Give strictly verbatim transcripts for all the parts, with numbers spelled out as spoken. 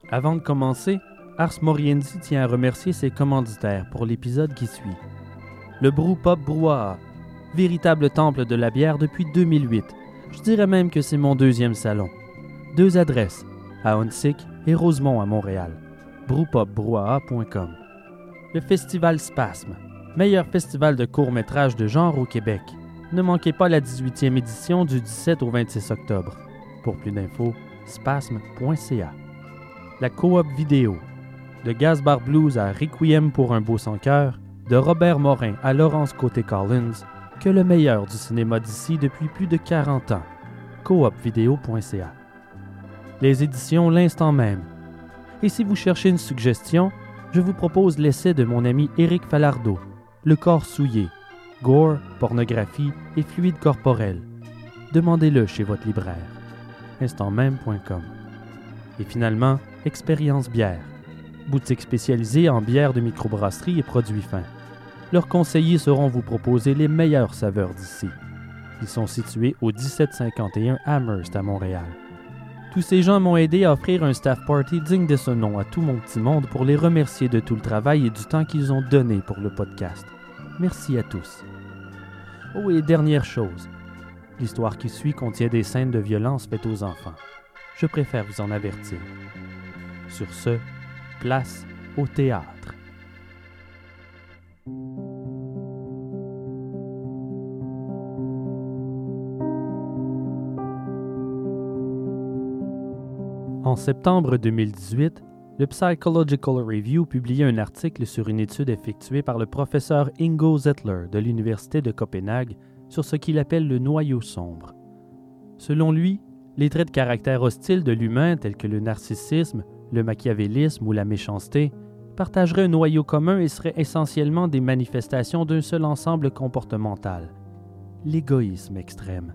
Avant de commencer, Ars Moriendi tient à remercier ses commanditaires pour l'épisode qui suit. Le Brew Pop Brouhaha, véritable temple de la bière depuis deux mille huit. Je dirais même que c'est mon deuxième salon. Deux adresses, à Huntsic et Rosemont à Montréal. brew pop brouhaha point com. Le Festival Spasme, meilleur festival de court-métrage de genre au Québec. Ne manquez pas la dix-huitième édition du dix-sept au vingt-six octobre. Pour plus d'infos, spasme point c a. La Coop Vidéo, de Gaspard Blues à Requiem pour un beau sans-cœur, de Robert Morin à Laurence Côté-Collins, que le meilleur du cinéma d'ici depuis plus de quarante ans. coop vidéo point c a. Les éditions L'Instant même. Et si vous cherchez une suggestion, je vous propose l'essai de mon ami Éric Falardeau, Le corps souillé, gore, pornographie et fluide corporel. Demandez-le chez votre libraire. instant même point com. Et finalement, Expérience bière, boutique spécialisée en bière de microbrasserie et produits fins. Leurs conseillers sauront vous proposer les meilleures saveurs d'ici. Ils sont situés au dix-sept cinquante et un Amherst à Montréal. Tous ces gens m'ont aidé à offrir un staff party digne de ce nom à tout mon petit monde pour les remercier de tout le travail et du temps qu'ils ont donné pour le podcast. Merci à tous. Oh, et dernière chose, l'histoire qui suit contient des scènes de violence faites aux enfants. Je préfère vous en avertir. Sur ce, place au théâtre. En septembre deux mille dix-huit, le Psychological Review publiait un article sur une étude effectuée par le professeur Ingo Zettler de l'Université de Copenhague sur ce qu'il appelle le noyau sombre. Selon lui, les traits de caractère hostiles de l'humain tels que le narcissisme, le machiavélisme ou la méchanceté partageraient un noyau commun et seraient essentiellement des manifestations d'un seul ensemble comportemental, l'égoïsme extrême.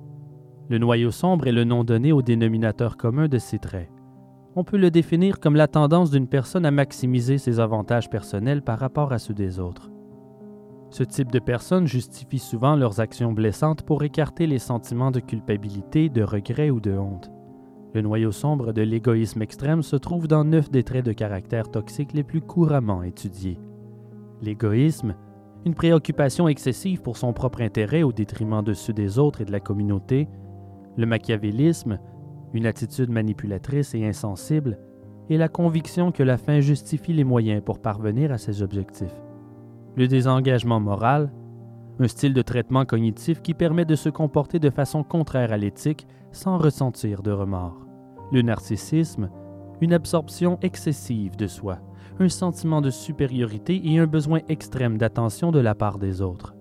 Le noyau sombre est le nom donné au dénominateur commun de ces traits. On peut le définir comme la tendance d'une personne à maximiser ses avantages personnels par rapport à ceux des autres. Ce type de personnes justifie souvent leurs actions blessantes pour écarter les sentiments de culpabilité, de regret ou de honte. Le noyau sombre de l'égoïsme extrême se trouve dans neuf des traits de caractère toxiques les plus couramment étudiés. L'égoïsme, une préoccupation excessive pour son propre intérêt au détriment de ceux des autres et de la communauté. Le machiavélisme, une attitude manipulatrice et insensible, et la conviction que la fin justifie les moyens pour parvenir à ses objectifs. Le désengagement moral, un style de traitement cognitif qui permet de se comporter de façon contraire à l'éthique sans ressentir de remords. Le narcissisme, une absorption excessive de soi, un sentiment de supériorité et un besoin extrême d'attention de la part des autres.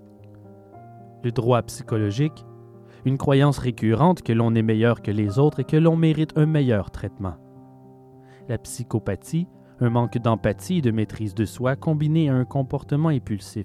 Le droit psychologique, une croyance récurrente que l'on est meilleur que les autres et que l'on mérite un meilleur traitement. La psychopathie, un manque d'empathie et de maîtrise de soi combiné à un comportement impulsif.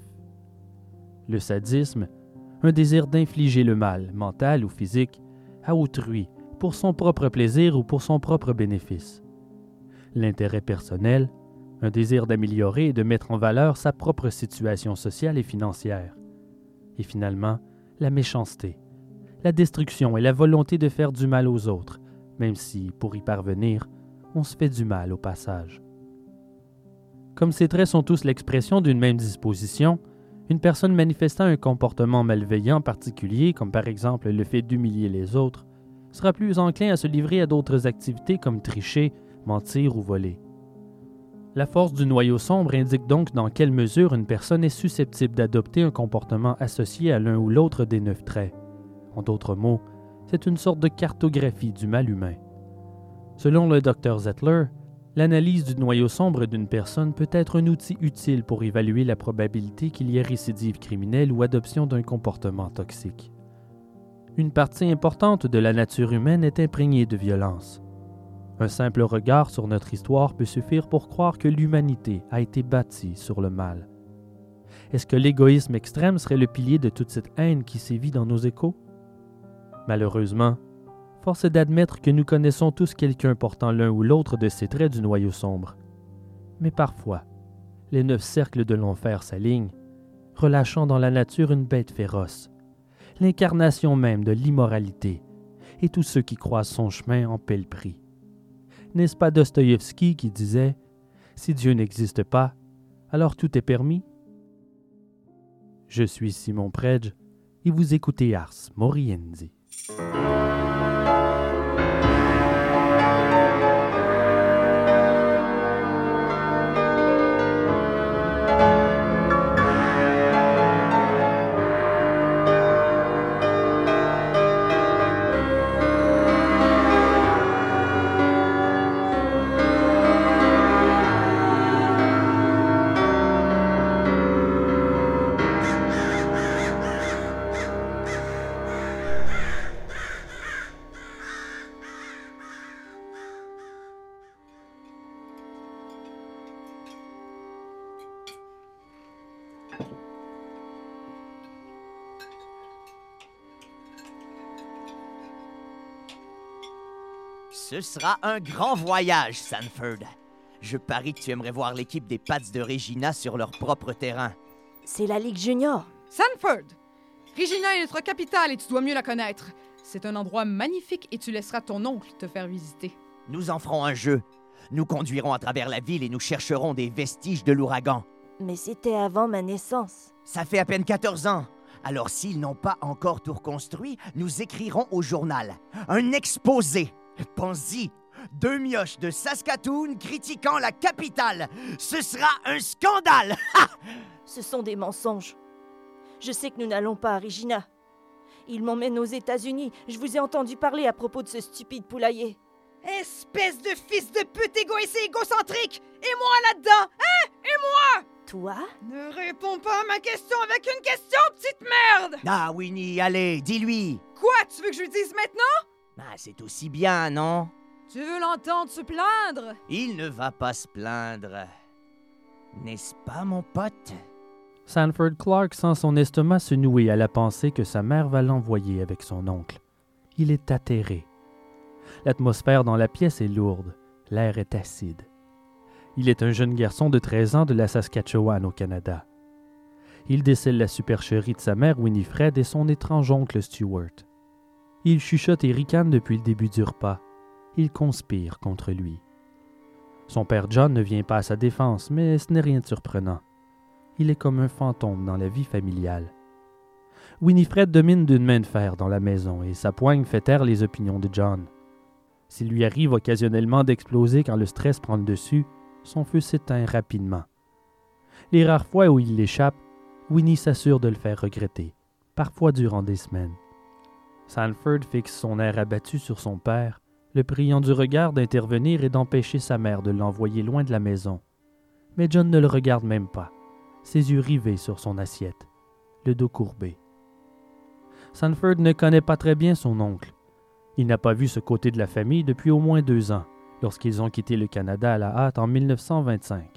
Le sadisme, un désir d'infliger le mal, mental ou physique, à autrui, pour son propre plaisir ou pour son propre bénéfice. L'intérêt personnel, un désir d'améliorer et de mettre en valeur sa propre situation sociale et financière. Et finalement, la méchanceté, la destruction et la volonté de faire du mal aux autres, même si, pour y parvenir, on se fait du mal au passage. Comme ces traits sont tous l'expression d'une même disposition, une personne manifestant un comportement malveillant particulier, comme par exemple le fait d'humilier les autres, sera plus enclin à se livrer à d'autres activités comme tricher, mentir ou voler. La force du noyau sombre indique donc dans quelle mesure une personne est susceptible d'adopter un comportement associé à l'un ou l'autre des neuf traits. En d'autres mots, c'est une sorte de cartographie du mal humain. Selon le docteur Zettler, l'analyse du noyau sombre d'une personne peut être un outil utile pour évaluer la probabilité qu'il y ait récidive criminelle ou adoption d'un comportement toxique. Une partie importante de la nature humaine est imprégnée de violence. Un simple regard sur notre histoire peut suffire pour croire que l'humanité a été bâtie sur le mal. Est-ce que l'égoïsme extrême serait le pilier de toute cette haine qui sévit dans nos échos? Malheureusement, force est d'admettre que nous connaissons tous quelqu'un portant l'un ou l'autre de ces traits du noyau sombre. Mais parfois, les neuf cercles de l'enfer s'alignent, relâchant dans la nature une bête féroce, l'incarnation même de l'immoralité, et tous ceux qui croisent son chemin en paient le prix. N'est-ce pas Dostoïevski qui disait « Si Dieu n'existe pas, alors tout est permis » ? Je suis Simon Predge et vous écoutez Ars Moriendi. Ce sera un grand voyage, Sanford. Je parie que tu aimerais voir l'équipe des Pats de Regina sur leur propre terrain. C'est la Ligue Junior. Sanford! Regina est notre capitale et tu dois mieux la connaître. C'est un endroit magnifique et tu laisseras ton oncle te faire visiter. Nous en ferons un jeu. Nous conduirons à travers la ville et nous chercherons des vestiges de l'ouragan. Mais c'était avant ma naissance. Ça fait à peine quatorze ans. Alors s'ils n'ont pas encore tout reconstruit, nous écrirons au journal un exposé. Pense-y, deux mioches de Saskatoon critiquant la capitale. Ce sera un scandale! Ce sont des mensonges. Je sais que nous n'allons pas à Regina. Ils m'emmènent aux États-Unis. Je vous ai entendu parler à propos de ce stupide poulailler. Espèce de fils de pute égoïste et égocentrique! Et moi là-dedans, hein? Et moi? Toi? Ne réponds pas à ma question avec une question, petite merde! Ah, Winnie, allez, dis-lui! Quoi? Tu veux que je lui dise maintenant? Ah, c'est aussi bien, non? Tu veux l'entendre se plaindre? Il ne va pas se plaindre. N'est-ce pas, mon pote? Sanford Clark sent son estomac se nouer à la pensée que sa mère va l'envoyer avec son oncle. Il est atterré. L'atmosphère dans la pièce est lourde, l'air est acide. Il est un jeune garçon de treize ans de la Saskatchewan au Canada. Il décèle la supercherie de sa mère Winifred et son étrange oncle Stuart. Il chuchote et ricane depuis le début du repas. Il conspire contre lui. Son père John ne vient pas à sa défense, mais ce n'est rien de surprenant. Il est comme un fantôme dans la vie familiale. Winifred domine d'une main de fer dans la maison et sa poigne fait taire les opinions de John. S'il lui arrive occasionnellement d'exploser quand le stress prend le dessus, son feu s'éteint rapidement. Les rares fois où il l'échappe, Winnie s'assure de le faire regretter, parfois durant des semaines. Sanford fixe son air abattu sur son père, le priant du regard d'intervenir et d'empêcher sa mère de l'envoyer loin de la maison. Mais John ne le regarde même pas, ses yeux rivés sur son assiette, le dos courbé. Sanford ne connaît pas très bien son oncle. Il n'a pas vu ce côté de la famille depuis au moins deux ans, lorsqu'ils ont quitté le Canada à la hâte en mille neuf cent vingt-cinq.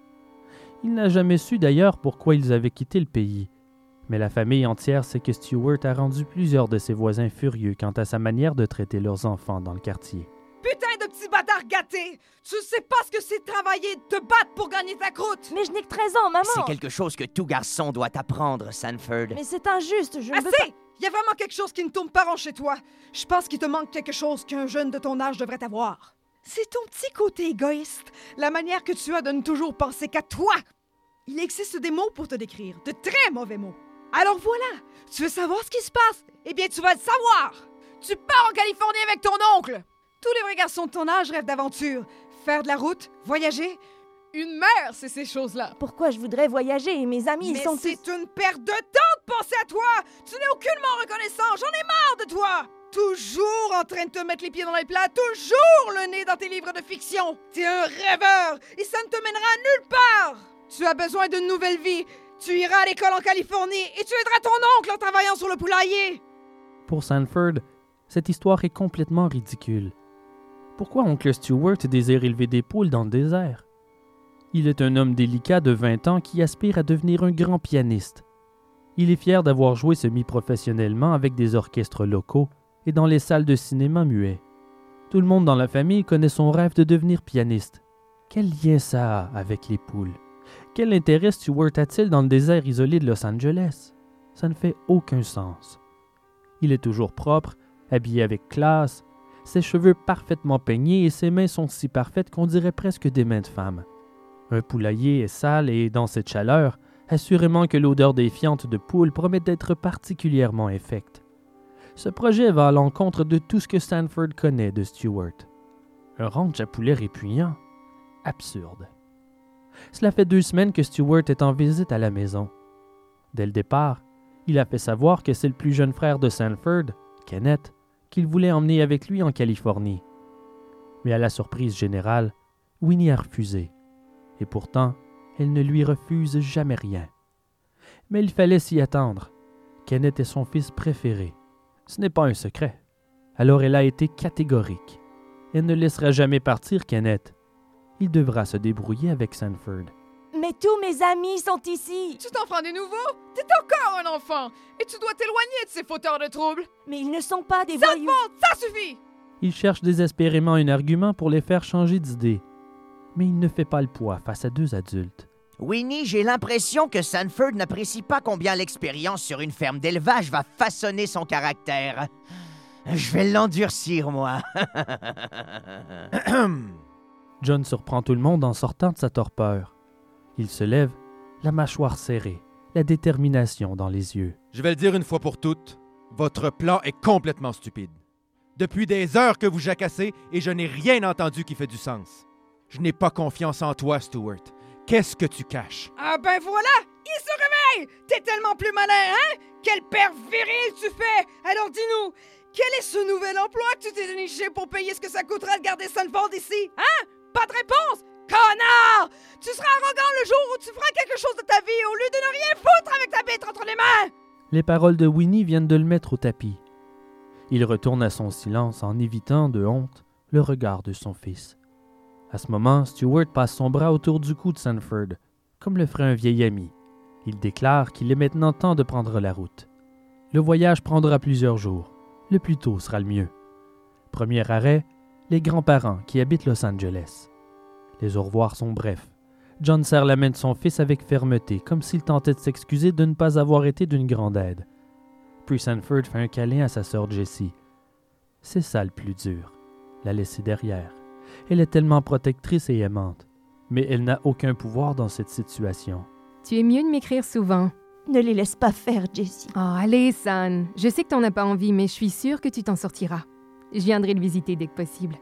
Il n'a jamais su d'ailleurs pourquoi ils avaient quitté le pays. Mais la famille entière sait que Stuart a rendu plusieurs de ses voisins furieux quant à sa manière de traiter leurs enfants dans le quartier. Putain de petit bâtard gâté! Tu sais pas ce que c'est de travailler, de te battre pour gagner ta croûte! Mais je n'ai que treize ans, maman! C'est quelque chose que tout garçon doit apprendre, Sanford. Mais c'est injuste, je ne veux Assez! Il y a vraiment quelque chose qui ne tourne pas rond chez toi. Je pense qu'il te manque quelque chose qu'un jeune de ton âge devrait avoir. C'est ton petit côté égoïste, la manière que tu as de ne toujours penser qu'à toi. Il existe des mots pour te décrire, de très mauvais mots. Alors voilà, tu veux savoir ce qui se passe? Eh bien, tu vas le savoir! Tu pars en Californie avec ton oncle! Tous les vrais garçons de ton âge rêvent d'aventure. Faire de la route, voyager. Une mère, c'est ces choses-là. Pourquoi je voudrais voyager et mes amis, Mais ils sont c'est tous... une perte de temps de penser à toi! Tu n'es aucunement reconnaissant, j'en ai marre de toi! Toujours en train de te mettre les pieds dans les plats, toujours le nez dans tes livres de fiction! T'es un rêveur et ça ne te mènera nulle part! Tu as besoin d'une nouvelle vie. Tu iras à l'école en Californie et tu aideras ton oncle en travaillant sur le poulailler. Pour Sanford, cette histoire est complètement ridicule. Pourquoi oncle Stuart désire élever des poules dans le désert? Il est un homme délicat de vingt ans qui aspire à devenir un grand pianiste. Il est fier d'avoir joué semi-professionnellement avec des orchestres locaux et dans les salles de cinéma muets. Tout le monde dans la famille connaît son rêve de devenir pianiste. Quel lien ça a avec les poules? Quel intérêt Stuart a-t-il dans le désert isolé de Los Angeles? Ça ne fait aucun sens. Il est toujours propre, habillé avec classe. Ses cheveux parfaitement peignés et ses mains sont si parfaites qu'on dirait presque des mains de femme. Un poulailler est sale et, dans cette chaleur, assurément que l'odeur défiante de poule promet d'être particulièrement infecte. Ce projet va à l'encontre de tout ce que Sanford connaît de Stewart. Un ranch à poulets répugnant? Absurde. Cela fait deux semaines que Stewart est en visite à la maison. Dès le départ, il a fait savoir que c'est le plus jeune frère de Sanford, Kenneth, qu'il voulait emmener avec lui en Californie. Mais à la surprise générale, Winnie a refusé. Et pourtant, elle ne lui refuse jamais rien. Mais il fallait s'y attendre. Kenneth est son fils préféré. Ce n'est pas un secret. Alors elle a été catégorique. Elle ne laissera jamais partir Kenneth. Il devra se débrouiller avec Sanford. Mais tous mes amis sont ici. Tu t'en prends des nouveaux? T'es encore un enfant! Et tu dois t'éloigner de ces fauteurs de troubles! Mais ils ne sont pas des Ça voyous. te ça suffit! Il cherche désespérément un argument pour les faire changer d'idée. Mais il ne fait pas le poids face à deux adultes. Winnie, j'ai l'impression que Sanford n'apprécie pas combien l'expérience sur une ferme d'élevage va façonner son caractère. Je vais l'endurcir, moi. John surprend tout le monde en sortant de sa torpeur. Il se lève, la mâchoire serrée, la détermination dans les yeux. Je vais le dire une fois pour toutes, votre plan est complètement stupide. Depuis des heures que vous jacassez et je n'ai rien entendu qui fait du sens. Je n'ai pas confiance en toi, Stewart. Qu'est-ce que tu caches? Ah ben voilà! Il se réveille! T'es tellement plus malin, hein? Quel père viril tu fais! Alors dis-nous, quel est ce nouvel emploi que tu t'es déniché pour payer ce que ça coûtera de garder Sanford ici? Hein? Pas de réponse? Connard! Tu seras arrogant le jour où tu feras quelque chose de ta vie au lieu de ne rien foutre avec ta bite entre les mains! Les paroles de Winnie viennent de le mettre au tapis. Il retourne à son silence en évitant de honte le regard de son fils. À ce moment, Stewart passe son bras autour du cou de Sanford, comme le ferait un vieil ami. Il déclare qu'il est maintenant temps de prendre la route. Le voyage prendra plusieurs jours. Le plus tôt sera le mieux. Premier arrêt, les grands-parents qui habitent Los Angeles. Les au revoir sont brefs. John serre la main de son fils avec fermeté, comme s'il tentait de s'excuser de ne pas avoir été d'une grande aide. Puis Sanford fait un câlin à sa sœur Jessie. C'est ça le plus dur, la laisser derrière. Elle est tellement protectrice et aimante, mais elle n'a aucun pouvoir dans cette situation. Tu es mieux de m'écrire souvent. Ne les laisse pas faire, Jessie. Oh, allez, San. Je sais que t'en as pas envie, mais je suis sûre que tu t'en sortiras. Je viendrai le visiter dès que possible.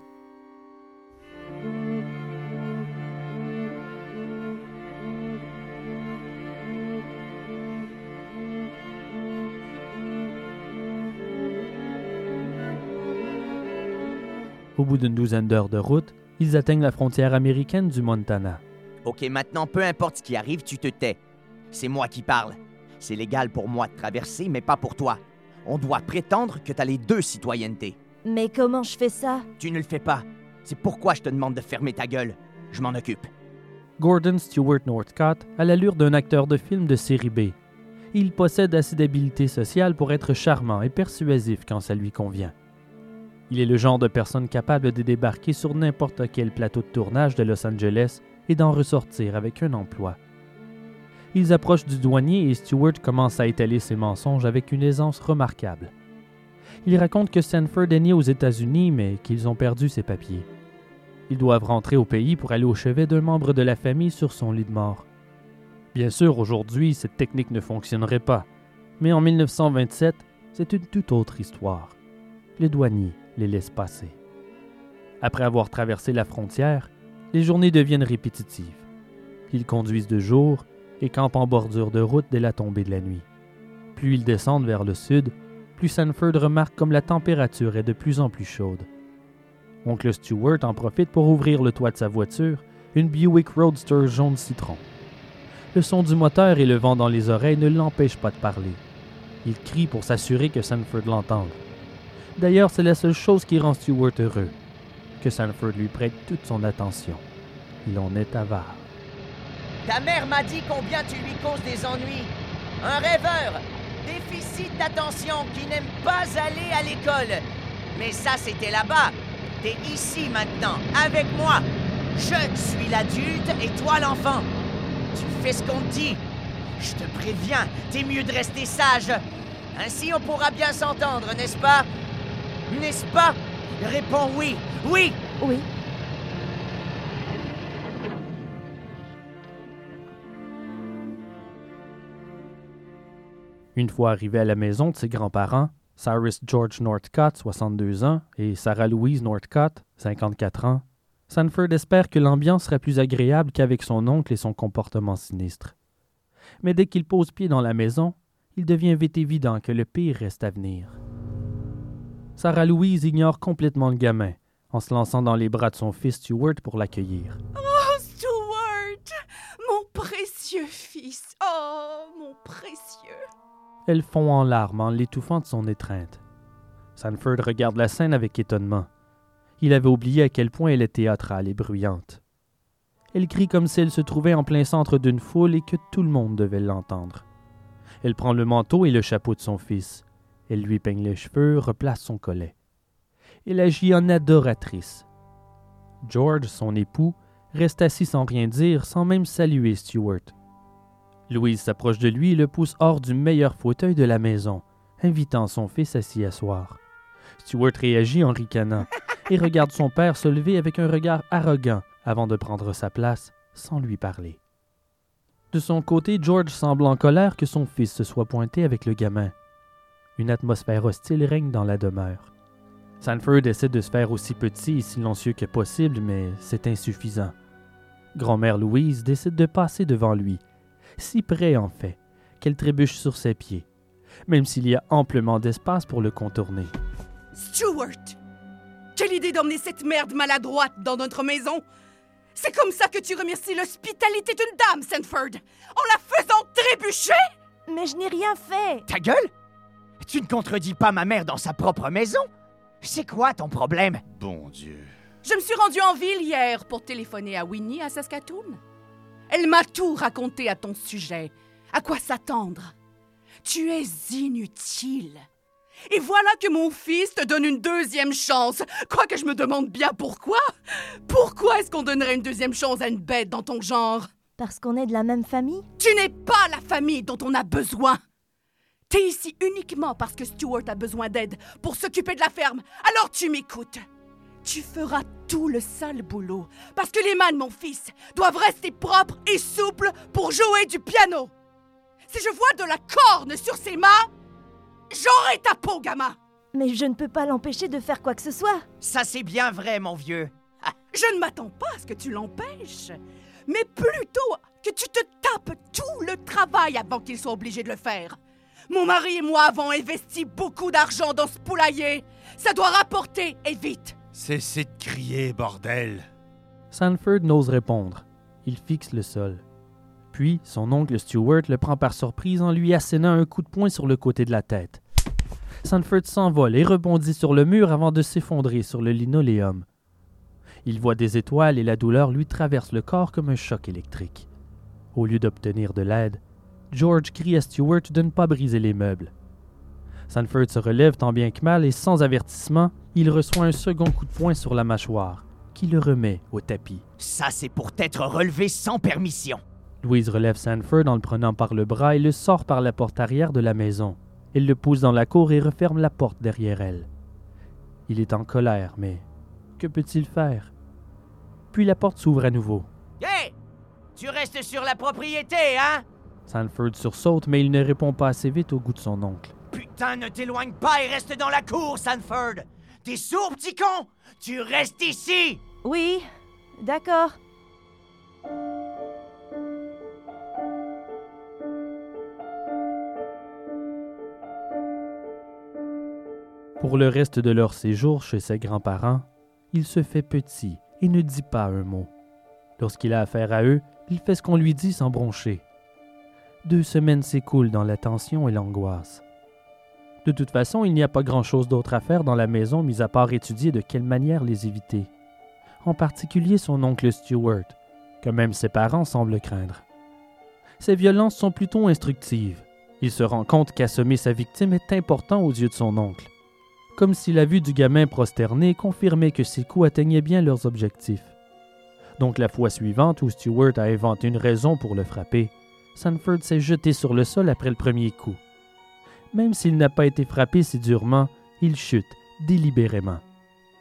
Au bout d'une douzaine d'heures de route, ils atteignent la frontière américaine du Montana. OK, maintenant, peu importe ce qui arrive, tu te tais. C'est moi qui parle. C'est légal pour moi de traverser, mais pas pour toi. On doit prétendre que t'as les deux citoyennetés. Mais comment je fais ça? Tu ne le fais pas. C'est pourquoi je te demande de fermer ta gueule. Je m'en occupe. Gordon Stewart Northcott a l'allure d'un acteur de film de série B. Il possède assez d'habileté sociale pour être charmant et persuasif quand ça lui convient. Il est le genre de personne capable de débarquer sur n'importe quel plateau de tournage de Los Angeles et d'en ressortir avec un emploi. Ils approchent du douanier et Stewart commence à étaler ses mensonges avec une aisance remarquable. Il raconte que Sanford est né aux États-Unis, mais qu'ils ont perdu ses papiers. Ils doivent rentrer au pays pour aller au chevet d'un membre de la famille sur son lit de mort. Bien sûr, aujourd'hui, cette technique ne fonctionnerait pas, mais en mille neuf cent vingt-sept, c'est une toute autre histoire. Le douanier les laisse passer. Après avoir traversé la frontière, les journées deviennent répétitives. Ils conduisent de jour et campent en bordure de route dès la tombée de la nuit. Plus ils descendent vers le sud, plus Sanford remarque comme la température est de plus en plus chaude. Oncle Stewart en profite pour ouvrir le toit de sa voiture, une Buick Roadster jaune citron. Le son du moteur et le vent dans les oreilles ne l'empêchent pas de parler. Il crie pour s'assurer que Sanford l'entende. D'ailleurs, c'est la seule chose qui rend Stewart heureux, que Sanford lui prête toute son attention. Il en est avare. Ta mère m'a dit combien tu lui causes des ennuis. Un rêveur, déficit d'attention, qui n'aime pas aller à l'école. Mais ça, c'était là-bas. T'es ici maintenant, avec moi. Je suis l'adulte et toi l'enfant. Tu fais ce qu'on te dit. Je te préviens, t'es mieux de rester sage. Ainsi, on pourra bien s'entendre, n'est-ce pas? N'est-ce pas? Réponds oui! Oui! Oui. Une fois arrivé à la maison de ses grands-parents, Cyrus George Northcott, soixante-deux ans, et Sarah Louise Northcott, cinquante-quatre ans, Sanford espère que l'ambiance sera plus agréable qu'avec son oncle et son comportement sinistre. Mais dès qu'il pose pied dans la maison, il devient vite évident que le pire reste à venir. Sarah Louise ignore complètement le gamin, en se lançant dans les bras de son fils Stuart pour l'accueillir. Oh, Stuart! Mon précieux fils! Oh, mon précieux! Elle fond en larmes en l'étouffant de son étreinte. Sanford regarde la scène avec étonnement. Il avait oublié à quel point elle est théâtrale et bruyante. Elle crie comme si elle se trouvait en plein centre d'une foule et que tout le monde devait l'entendre. Elle prend le manteau et le chapeau de son fils. Elle lui peigne les cheveux, replace son collet. Elle agit en adoratrice. George, son époux, reste assis sans rien dire, sans même saluer Stuart. Louise s'approche de lui et le pousse hors du meilleur fauteuil de la maison, invitant son fils à s'y asseoir. Stuart réagit en ricanant et regarde son père se lever avec un regard arrogant avant de prendre sa place sans lui parler. De son côté, George semble en colère que son fils se soit pointé avec le gamin. Une atmosphère hostile règne dans la demeure. Sanford essaie de se faire aussi petit et silencieux que possible, mais c'est insuffisant. Grand-mère Louise décide de passer devant lui, si près en fait, qu'elle trébuche sur ses pieds, même s'il y a amplement d'espace pour le contourner. Stuart! Quelle idée d'emmener cette merde maladroite dans notre maison! C'est comme ça que tu remercies l'hospitalité d'une dame, Sanford! En la faisant trébucher! Mais je n'ai rien fait. Ta gueule? Tu ne contredis pas ma mère dans sa propre maison? C'est quoi ton problème? Bon Dieu. Je me suis rendue en ville hier pour téléphoner à Winnie à Saskatoon. Elle m'a tout raconté à ton sujet. À quoi s'attendre? Tu es inutile. Et voilà que mon fils te donne une deuxième chance. Quoique je me demande bien pourquoi. Pourquoi est-ce qu'on donnerait une deuxième chance à une bête dans ton genre? Parce qu'on est de la même famille? Tu n'es pas la famille dont on a besoin. T'es ici uniquement parce que Stuart a besoin d'aide pour s'occuper de la ferme. Alors tu m'écoutes. Tu feras tout le sale boulot parce que les mains de mon fils doivent rester propres et souples pour jouer du piano. Si je vois de la corne sur ses mains, j'aurai ta peau, gamin! Mais je ne peux pas l'empêcher de faire quoi que ce soit. Ça, c'est bien vrai, mon vieux. Je ne m'attends pas à ce que tu l'empêches, mais plutôt que tu te tapes tout le travail avant qu'il soit obligé de le faire. Mon mari et moi avons investi beaucoup d'argent dans ce poulailler. Ça doit rapporter, et vite! Cessez de crier, bordel! Sanford n'ose répondre. Il fixe le sol. Puis, son oncle Stuart le prend par surprise en lui assénant un coup de poing sur le côté de la tête. Sanford s'envole et rebondit sur le mur avant de s'effondrer sur le linoléum. Il voit des étoiles et la douleur lui traverse le corps comme un choc électrique. Au lieu d'obtenir de l'aide, George crie à Stuart de ne pas briser les meubles. Sanford se relève tant bien que mal et sans avertissement, il reçoit un second coup de poing sur la mâchoire, qui le remet au tapis. Ça, c'est pour t'être relevé sans permission. Louise relève Sanford en le prenant par le bras et le sort par la porte arrière de la maison. Elle le pousse dans la cour et referme la porte derrière elle. Il est en colère, mais que peut-il faire? Puis la porte s'ouvre à nouveau. Hé! Tu restes sur la propriété, hein? Sanford sursaute, mais il ne répond pas assez vite au goût de son oncle. Putain, ne t'éloigne pas et reste dans la cour, Sanford! T'es sourd, petit con? Tu restes ici! Oui, d'accord. Pour le reste de leur séjour chez ses grands-parents, il se fait petit et ne dit pas un mot. Lorsqu'il a affaire à eux, il fait ce qu'on lui dit sans broncher. Deux semaines s'écoulent dans la tension et l'angoisse. De toute façon, il n'y a pas grand-chose d'autre à faire dans la maison, mis à part étudier de quelle manière les éviter. En particulier son oncle Stuart, que même ses parents semblent craindre. Ces violences sont plutôt instructives. Il se rend compte qu'assommer sa victime est important aux yeux de son oncle. Comme si la vue du gamin prosterné confirmait que ses coups atteignaient bien leurs objectifs. Donc la fois suivante où Stuart a inventé une raison pour le frapper, Sanford s'est jeté sur le sol après le premier coup. Même s'il n'a pas été frappé si durement, il chute délibérément.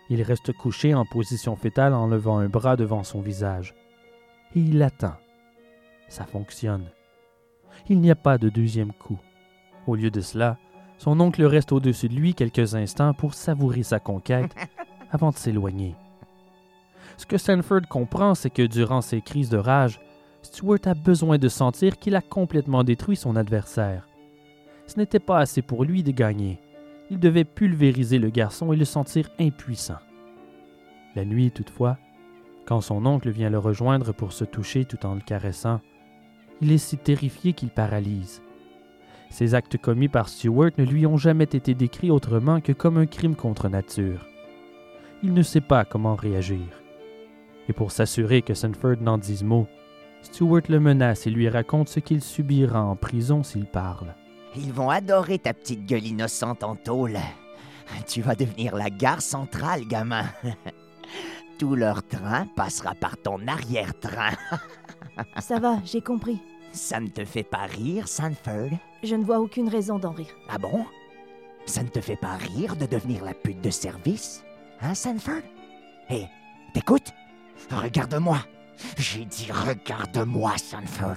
Il reste couché en position fétale en levant un bras devant son visage. Et il attend. Ça fonctionne. Il n'y a pas de deuxième coup. Au lieu de cela, son oncle reste au-dessus de lui quelques instants pour savourer sa conquête avant de s'éloigner. Ce que Sanford comprend, c'est que durant ses crises de rage, Stuart a besoin de sentir qu'il a complètement détruit son adversaire. Ce n'était pas assez pour lui de gagner. Il devait pulvériser le garçon et le sentir impuissant. La nuit, toutefois, quand son oncle vient le rejoindre pour se toucher tout en le caressant, il est si terrifié qu'il paralyse. Ces actes commis par Stuart ne lui ont jamais été décrits autrement que comme un crime contre nature. Il ne sait pas comment réagir. Et pour s'assurer que Sanford n'en dise mot, Stuart le menace et lui raconte ce qu'il subira en prison s'il parle. Ils vont adorer ta petite gueule innocente en tôle. Tu vas devenir la gare centrale, gamin. Tout leur train passera par ton arrière-train. Ça va, j'ai compris. Ça ne te fait pas rire, Sanford? Je ne vois aucune raison d'en rire. Ah bon? Ça ne te fait pas rire de devenir la pute de service? Hein, Sanford? Hé, hey, t'écoutes? Regarde-moi. J'ai dit regarde-moi, Sanford.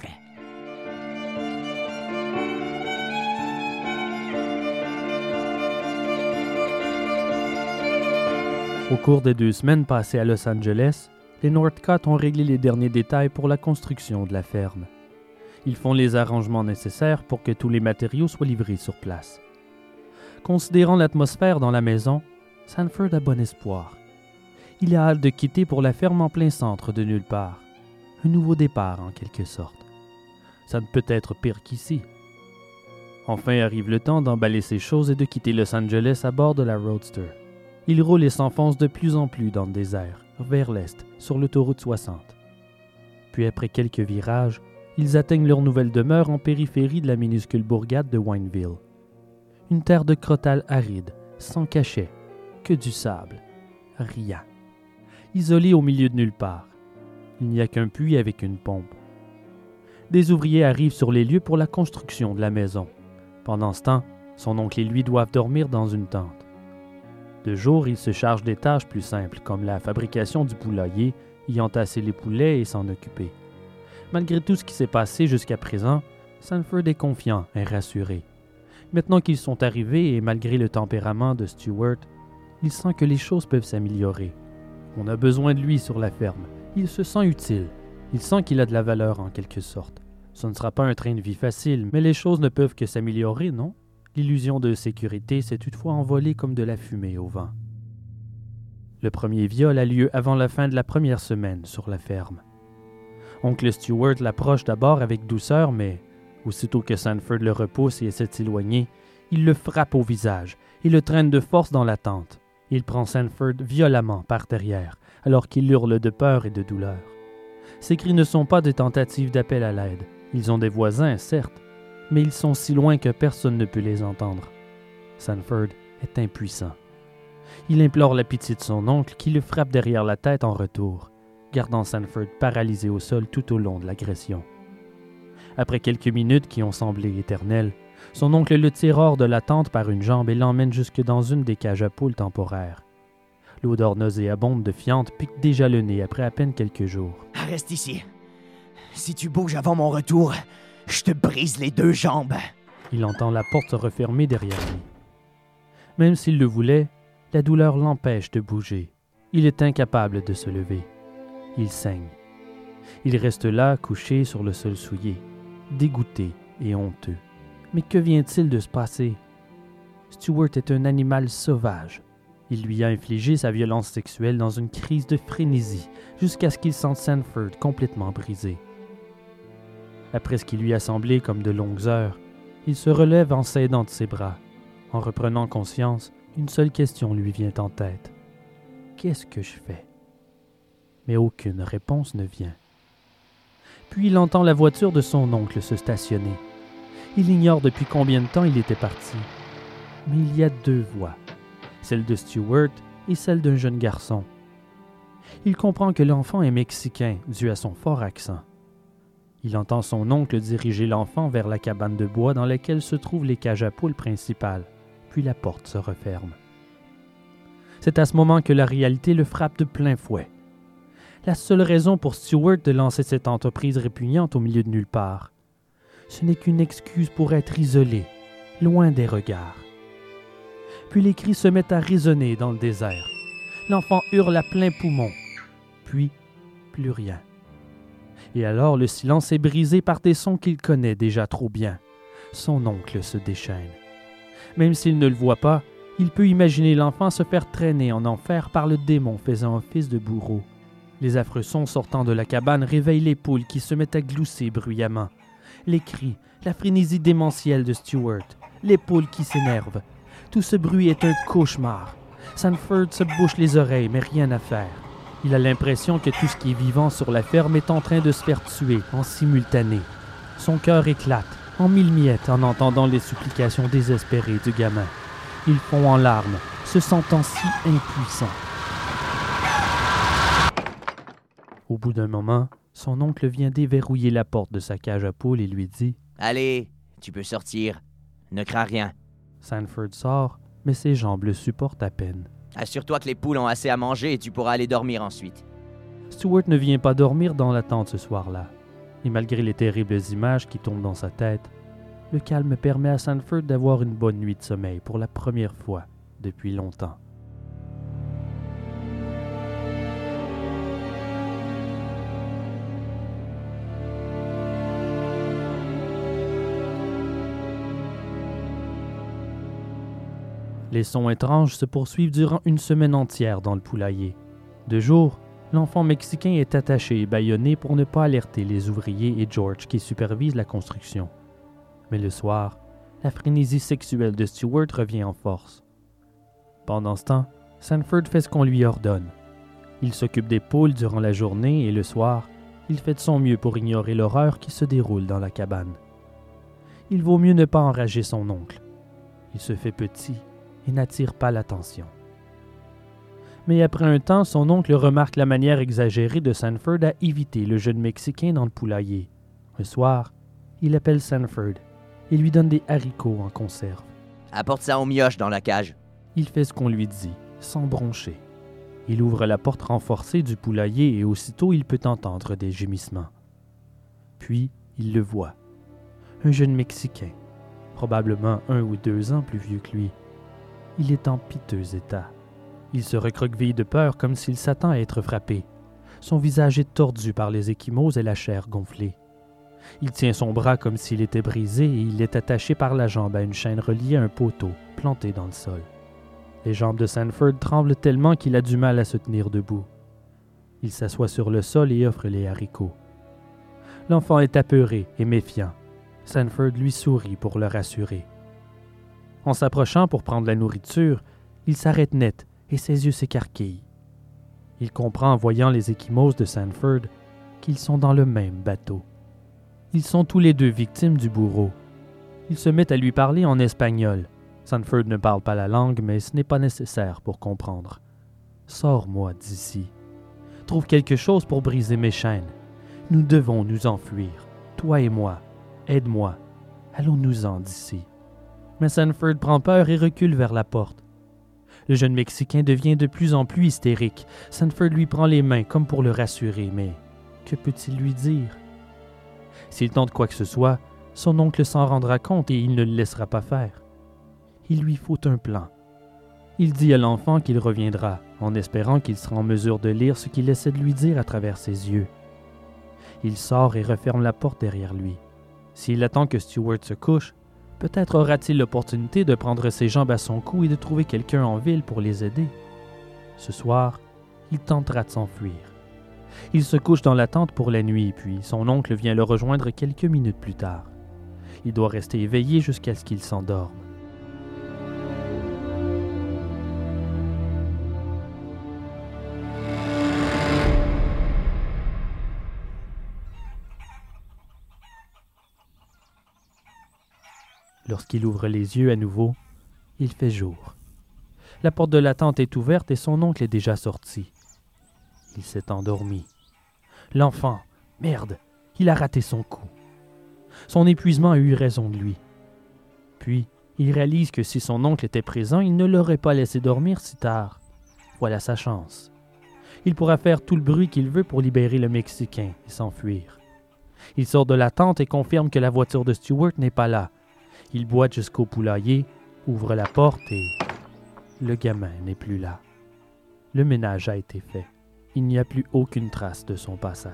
Au cours des deux semaines passées à Los Angeles, les Northcott ont réglé les derniers détails pour la construction de la ferme. Ils font les arrangements nécessaires pour que tous les matériaux soient livrés sur place. Considérant l'atmosphère dans la maison, Sanford a bon espoir. Il a hâte de quitter pour la ferme en plein centre de nulle part. Un nouveau départ, en quelque sorte. Ça ne peut être pire qu'ici. Enfin arrive le temps d'emballer ses choses et de quitter Los Angeles à bord de la Roadster. Il roule et s'enfonce de plus en plus dans le désert, vers l'est, sur l'autoroute soixante. Puis après quelques virages, ils atteignent leur nouvelle demeure en périphérie de la minuscule bourgade de Wineville. Une terre de crotale aride, sans cachet, que du sable, rien. Isolé au milieu de nulle part. Il n'y a qu'un puits avec une pompe. Des ouvriers arrivent sur les lieux pour la construction de la maison. Pendant ce temps, son oncle et lui doivent dormir dans une tente. De jour, il se charge des tâches plus simples, comme la fabrication du poulailler, y entasser les poulets et s'en occuper. Malgré tout ce qui s'est passé jusqu'à présent, Sanford est confiant et rassuré. Maintenant qu'ils sont arrivés et malgré le tempérament de Stuart, il sent que les choses peuvent s'améliorer. On a besoin de lui sur la ferme. Il se sent utile. Il sent qu'il a de la valeur en quelque sorte. Ce ne sera pas un train de vie facile, mais les choses ne peuvent que s'améliorer, non? L'illusion de sécurité s'est toutefois envolée comme de la fumée au vent. Le premier viol a lieu avant la fin de la première semaine sur la ferme. Oncle Stuart l'approche d'abord avec douceur, mais aussitôt que Sanford le repousse et essaie de s'éloigner, il le frappe au visage et le traîne de force dans la tente. Il prend Sanford violemment par derrière, alors qu'il hurle de peur et de douleur. Ses cris ne sont pas des tentatives d'appel à l'aide. Ils ont des voisins, certes, mais ils sont si loin que personne ne peut les entendre. Sanford est impuissant. Il implore la pitié de son oncle qui le frappe derrière la tête en retour, gardant Sanford paralysé au sol tout au long de l'agression. Après quelques minutes qui ont semblé éternelles, son oncle le tire hors de la tente par une jambe et l'emmène jusque dans une des cages à poules temporaires. L'odeur nauséabonde de fiente pique déjà le nez après à peine quelques jours. Reste ici. Si tu bouges avant mon retour, je te brise les deux jambes. Il entend la porte se refermer derrière lui. Même s'il le voulait, la douleur l'empêche de bouger. Il est incapable de se lever. Il saigne. Il reste là, couché sur le sol souillé, dégoûté et honteux. Mais que vient-il de se passer? Stuart est un animal sauvage. Il lui a infligé sa violence sexuelle dans une crise de frénésie, jusqu'à ce qu'il sente Sanford complètement brisé. Après ce qui lui a semblé comme de longues heures, il se relève en s'aidant de ses bras. En reprenant conscience, une seule question lui vient en tête. Qu'est-ce que je fais? Mais aucune réponse ne vient. Puis il entend la voiture de son oncle se stationner. Il ignore depuis combien de temps il était parti. Mais il y a deux voix, celle de Stuart et celle d'un jeune garçon. Il comprend que l'enfant est mexicain, dû à son fort accent. Il entend son oncle diriger l'enfant vers la cabane de bois dans laquelle se trouvent les cages à poules principales, puis la porte se referme. C'est à ce moment que la réalité le frappe de plein fouet. La seule raison pour Stewart de lancer cette entreprise répugnante au milieu de nulle part, ce n'est qu'une excuse pour être isolé, loin des regards. Puis les cris se mettent à résonner dans le désert. L'enfant hurle à plein poumon. Puis, plus rien. Et alors le silence est brisé par des sons qu'il connaît déjà trop bien. Son oncle se déchaîne. Même s'il ne le voit pas, il peut imaginer l'enfant se faire traîner en enfer par le démon faisant office de bourreau. Les affreux sons sortant de la cabane réveillent les poules qui se mettent à glousser bruyamment. Les cris, la frénésie démentielle de Stewart, les poules qui s'énervent. Tout ce bruit est un cauchemar. Sanford se bouche les oreilles, mais rien à faire. Il a l'impression que tout ce qui est vivant sur la ferme est en train de se faire tuer en simultané. Son cœur éclate en mille miettes en entendant les supplications désespérées du gamin. Il fond en larmes, se sentant si impuissant. Au bout d'un moment, son oncle vient déverrouiller la porte de sa cage à poules et lui dit « Allez, tu peux sortir. Ne crains rien. » Sanford sort, mais ses jambes le supportent à peine. Assure-toi que les poules ont assez à manger et tu pourras aller dormir ensuite. Stewart ne vient pas dormir dans la tente ce soir-là. Et malgré les terribles images qui tombent dans sa tête, le calme permet à Sanford d'avoir une bonne nuit de sommeil pour la première fois depuis longtemps. Les sons étranges se poursuivent durant une semaine entière dans le poulailler. De jour, l'enfant mexicain est attaché et bâillonné pour ne pas alerter les ouvriers et George qui supervisent la construction. Mais le soir, la frénésie sexuelle de Stewart revient en force. Pendant ce temps, Sanford fait ce qu'on lui ordonne. Il s'occupe des poules durant la journée et le soir, il fait de son mieux pour ignorer l'horreur qui se déroule dans la cabane. Il vaut mieux ne pas enrager son oncle. Il se fait petit et n'attire pas l'attention. Mais après un temps, son oncle remarque la manière exagérée de Sanford à éviter le jeune Mexicain dans le poulailler. Le soir, il appelle Sanford et lui donne des haricots en conserve. « Apporte ça aux mioches dans la cage. » Il fait ce qu'on lui dit, sans broncher. Il ouvre la porte renforcée du poulailler et aussitôt il peut entendre des gémissements. Puis, il le voit. Un jeune Mexicain, probablement un ou deux ans plus vieux que lui. Il est en piteux état. Il se recroqueville de peur comme s'il s'attend à être frappé. Son visage est tordu par les ecchymoses et la chair gonflée. Il tient son bras comme s'il était brisé et il est attaché par la jambe à une chaîne reliée à un poteau planté dans le sol. Les jambes de Sanford tremblent tellement qu'il a du mal à se tenir debout. Il s'assoit sur le sol et offre les haricots. L'enfant est apeuré et méfiant. Sanford lui sourit pour le rassurer. En s'approchant pour prendre la nourriture, il s'arrête net et ses yeux s'écarquillent. Il comprend en voyant les ecchymoses de Sanford qu'ils sont dans le même bateau. Ils sont tous les deux victimes du bourreau. Il se met à lui parler en espagnol. Sanford ne parle pas la langue, mais ce n'est pas nécessaire pour comprendre. « Sors-moi d'ici. Trouve quelque chose pour briser mes chaînes. Nous devons nous enfuir. Toi et moi. Aide-moi. Allons-nous-en d'ici. » Mais Sanford prend peur et recule vers la porte. Le jeune Mexicain devient de plus en plus hystérique. Sanford lui prend les mains comme pour le rassurer, mais que peut-il lui dire? S'il tente quoi que ce soit, son oncle s'en rendra compte et il ne le laissera pas faire. Il lui faut un plan. Il dit à l'enfant qu'il reviendra, en espérant qu'il sera en mesure de lire ce qu'il essaie de lui dire à travers ses yeux. Il sort et referme la porte derrière lui. S'il attend que Stewart se couche, peut-être aura-t-il l'opportunité de prendre ses jambes à son cou et de trouver quelqu'un en ville pour les aider. Ce soir, il tentera de s'enfuir. Il se couche dans la tente pour la nuit, puis son oncle vient le rejoindre quelques minutes plus tard. Il doit rester éveillé jusqu'à ce qu'il s'endorme. Lorsqu'il ouvre les yeux à nouveau, il fait jour. La porte de la tente est ouverte et son oncle est déjà sorti. Il s'est endormi. L'enfant, merde, il a raté son coup. Son épuisement a eu raison de lui. Puis, il réalise que si son oncle était présent, il ne l'aurait pas laissé dormir si tard. Voilà sa chance. Il pourra faire tout le bruit qu'il veut pour libérer le Mexicain et s'enfuir. Il sort de la tente et confirme que la voiture de Stewart n'est pas là. Il boite jusqu'au poulailler, ouvre la porte et... le gamin n'est plus là. Le ménage a été fait. Il n'y a plus aucune trace de son passage.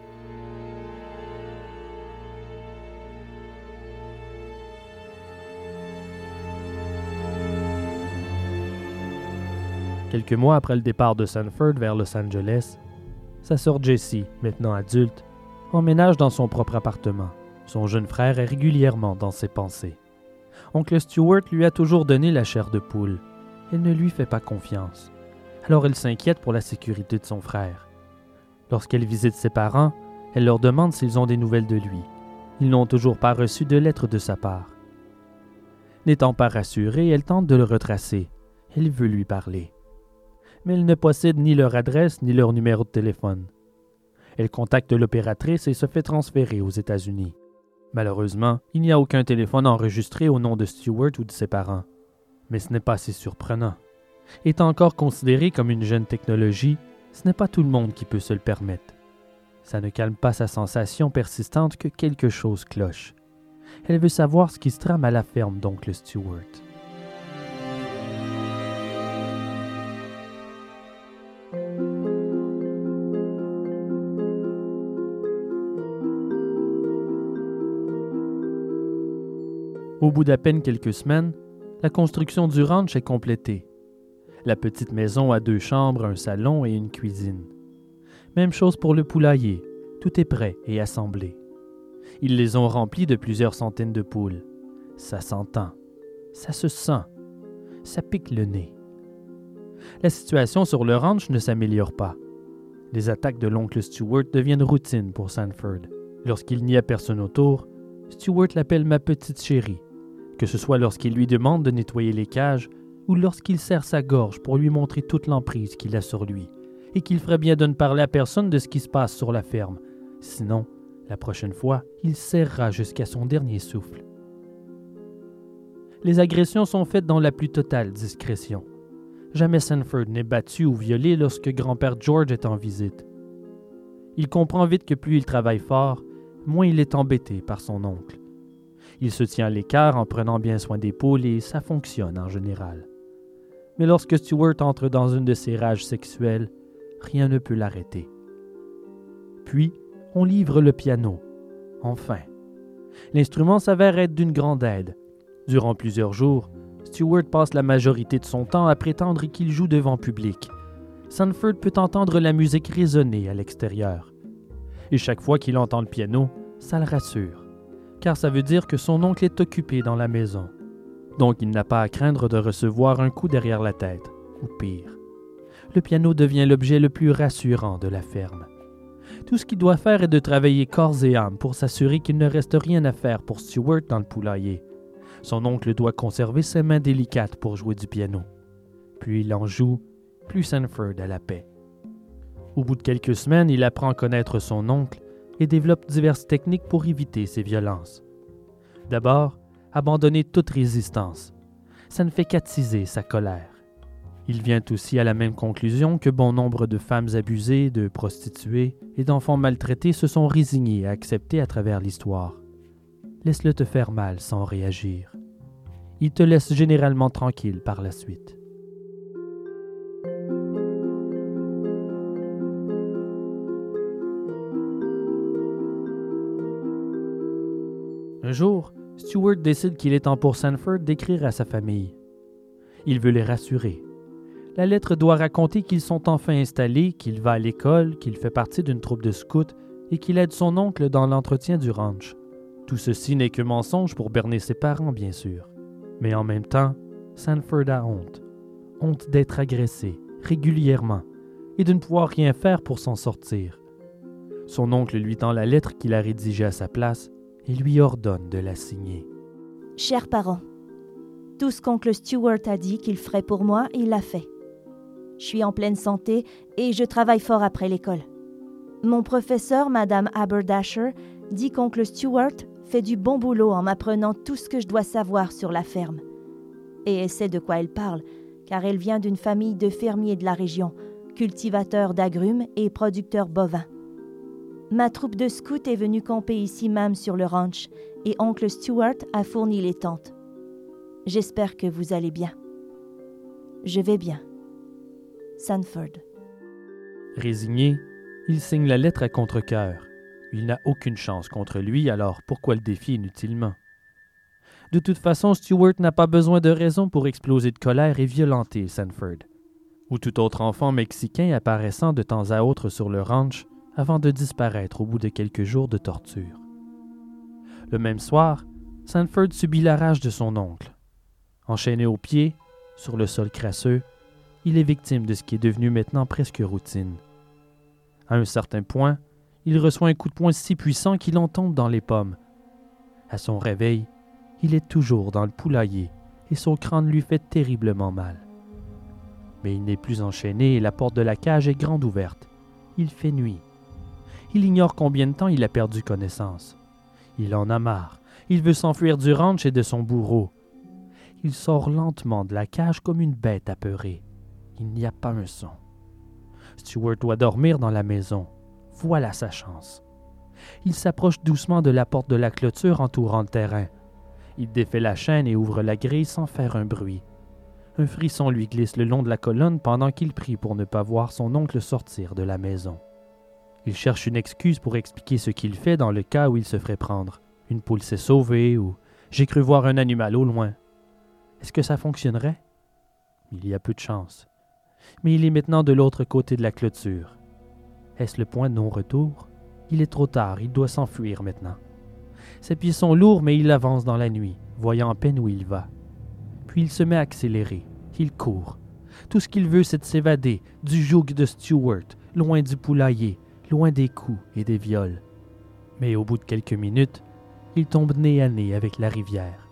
Quelques mois après le départ de Sanford vers Los Angeles, sa sœur Jessie, maintenant adulte, emménage dans son propre appartement. Son jeune frère est régulièrement dans ses pensées. Oncle Stewart lui a toujours donné la chair de poule. Elle ne lui fait pas confiance. Alors elle s'inquiète pour la sécurité de son frère. Lorsqu'elle visite ses parents, elle leur demande s'ils ont des nouvelles de lui. Ils n'ont toujours pas reçu de lettre de sa part. N'étant pas rassurée, elle tente de le retracer. Elle veut lui parler. Mais elle ne possède ni leur adresse ni leur numéro de téléphone. Elle contacte l'opératrice et se fait transférer aux États-Unis. Malheureusement, il n'y a aucun téléphone enregistré au nom de Stewart ou de ses parents. Mais ce n'est pas si surprenant. Étant encore considéré comme une jeune technologie, ce n'est pas tout le monde qui peut se le permettre. Ça ne calme pas sa sensation persistante que quelque chose cloche. Elle veut savoir ce qui se trame à la ferme d'oncle Stewart. Au bout d'à peine quelques semaines, la construction du ranch est complétée. La petite maison a deux chambres, un salon et une cuisine. Même chose pour le poulailler, tout est prêt et assemblé. Ils les ont remplis de plusieurs centaines de poules. Ça s'entend, ça se sent, ça pique le nez. La situation sur le ranch ne s'améliore pas. Les attaques de l'oncle Stewart deviennent routine pour Sanford. Lorsqu'il n'y a personne autour, Stewart l'appelle « ma petite chérie », que ce soit lorsqu'il lui demande de nettoyer les cages ou lorsqu'il serre sa gorge pour lui montrer toute l'emprise qu'il a sur lui et qu'il ferait bien de ne parler à personne de ce qui se passe sur la ferme. Sinon, la prochaine fois, il serrera jusqu'à son dernier souffle. Les agressions sont faites dans la plus totale discrétion. Jamais Sanford n'est battu ou violé lorsque grand-père George est en visite. Il comprend vite que plus il travaille fort, moins il est embêté par son oncle. Il se tient à l'écart en prenant bien soin des poules et ça fonctionne en général. Mais lorsque Stewart entre dans une de ses rages sexuelles, rien ne peut l'arrêter. Puis, on livre le piano. Enfin. L'instrument s'avère être d'une grande aide. Durant plusieurs jours, Stewart passe la majorité de son temps à prétendre qu'il joue devant public. Sanford peut entendre la musique résonner à l'extérieur. Et chaque fois qu'il entend le piano, ça le rassure, car ça veut dire que son oncle est occupé dans la maison. Donc il n'a pas à craindre de recevoir un coup derrière la tête, ou pire. Le piano devient l'objet le plus rassurant de la ferme. Tout ce qu'il doit faire est de travailler corps et âme pour s'assurer qu'il ne reste rien à faire pour Stewart dans le poulailler. Son oncle doit conserver ses mains délicates pour jouer du piano. Plus il en joue, plus Sanford a la paix. Au bout de quelques semaines, il apprend à connaître son oncle et développe diverses techniques pour éviter ses violences. D'abord, abandonner toute résistance. Ça ne fait qu'attiser sa colère. Il vient aussi à la même conclusion que bon nombre de femmes abusées, de prostituées et d'enfants maltraités se sont résignés à accepter à travers l'histoire. Laisse-le te faire mal sans réagir. Il te laisse généralement tranquille par la suite. Un jour, Stewart décide qu'il est temps pour Sanford d'écrire à sa famille. Il veut les rassurer. La lettre doit raconter qu'ils sont enfin installés, qu'il va à l'école, qu'il fait partie d'une troupe de scouts et qu'il aide son oncle dans l'entretien du ranch. Tout ceci n'est que mensonge pour berner ses parents, bien sûr. Mais en même temps, Sanford a honte. Honte d'être agressé, régulièrement, et de ne pouvoir rien faire pour s'en sortir. Son oncle lui tend la lettre qu'il a rédigée à sa place et lui ordonne de la signer. Chers parents, tout ce qu'oncle Stewart a dit qu'il ferait pour moi, il l'a fait. Je suis en pleine santé et je travaille fort après l'école. Mon professeur, Madame Haberdasher, dit qu'oncle Stewart fait du bon boulot en m'apprenant tout ce que je dois savoir sur la ferme. Et elle sait de quoi elle parle, car elle vient d'une famille de fermiers de la région, cultivateurs d'agrumes et producteurs bovins. Ma troupe de scouts est venue camper ici même sur le ranch et oncle Stuart a fourni les tentes. J'espère que vous allez bien. Je vais bien. Sanford. Résigné, il signe la lettre à contre-cœur. Il n'a aucune chance contre lui, alors pourquoi le défier inutilement? De toute façon, Stuart n'a pas besoin de raison pour exploser de colère et violenter Sanford, ou tout autre enfant mexicain apparaissant de temps à autre sur le ranch avant de disparaître au bout de quelques jours de torture. Le même soir, Sanford subit la rage de son oncle. Enchaîné aux pieds, sur le sol crasseux, il est victime de ce qui est devenu maintenant presque routine. À un certain point, il reçoit un coup de poing si puissant qu'il en tombe dans les pommes. À son réveil, il est toujours dans le poulailler et son crâne lui fait terriblement mal. Mais il n'est plus enchaîné et la porte de la cage est grande ouverte. Il fait nuit. Il ignore combien de temps il a perdu connaissance. Il en a marre. Il veut s'enfuir du ranch et de son bourreau. Il sort lentement de la cage comme une bête apeurée. Il n'y a pas un son. Stuart doit dormir dans la maison. Voilà sa chance. Il s'approche doucement de la porte de la clôture entourant le terrain. Il défait la chaîne et ouvre la grille sans faire un bruit. Un frisson lui glisse le long de la colonne pendant qu'il prie pour ne pas voir son oncle sortir de la maison. Il cherche une excuse pour expliquer ce qu'il fait dans le cas où il se ferait prendre. Une poule s'est sauvée ou « j'ai cru voir un animal au loin ». Est-ce que ça fonctionnerait? Il y a peu de chance. Mais il est maintenant de l'autre côté de la clôture. Est-ce le point de non-retour? Il est trop tard, il doit s'enfuir maintenant. Ses pieds sont lourds, mais il avance dans la nuit, voyant à peine où il va. Puis il se met à accélérer. Il court. Tout ce qu'il veut, c'est de s'évader du joug de Stuart, loin du poulailler, loin des coups et des viols. Mais au bout de quelques minutes, il tombe nez à nez avec la rivière.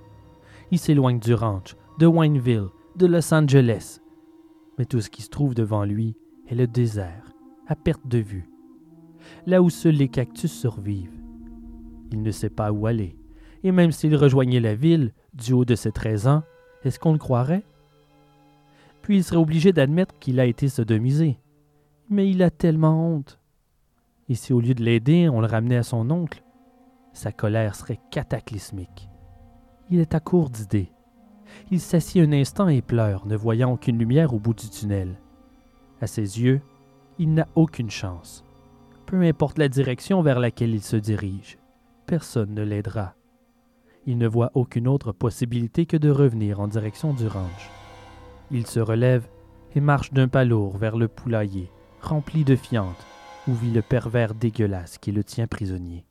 Il s'éloigne du ranch, de Wineville, de Los Angeles. Mais tout ce qui se trouve devant lui est le désert, à perte de vue. Là où seuls les cactus survivent. Il ne sait pas où aller. Et même s'il rejoignait la ville, du haut de ses treize ans, est-ce qu'on le croirait? Puis il serait obligé d'admettre qu'il a été sodomisé. Mais il a tellement honte. Et si au lieu de l'aider, on le ramenait à son oncle, sa colère serait cataclysmique. Il est à court d'idées. Il s'assied un instant et pleure, ne voyant aucune lumière au bout du tunnel. À ses yeux, il n'a aucune chance. Peu importe la direction vers laquelle il se dirige, personne ne l'aidera. Il ne voit aucune autre possibilité que de revenir en direction du ranch. Il se relève et marche d'un pas lourd vers le poulailler, rempli de fientes, où vit le pervers dégueulasse qui le tient prisonnier.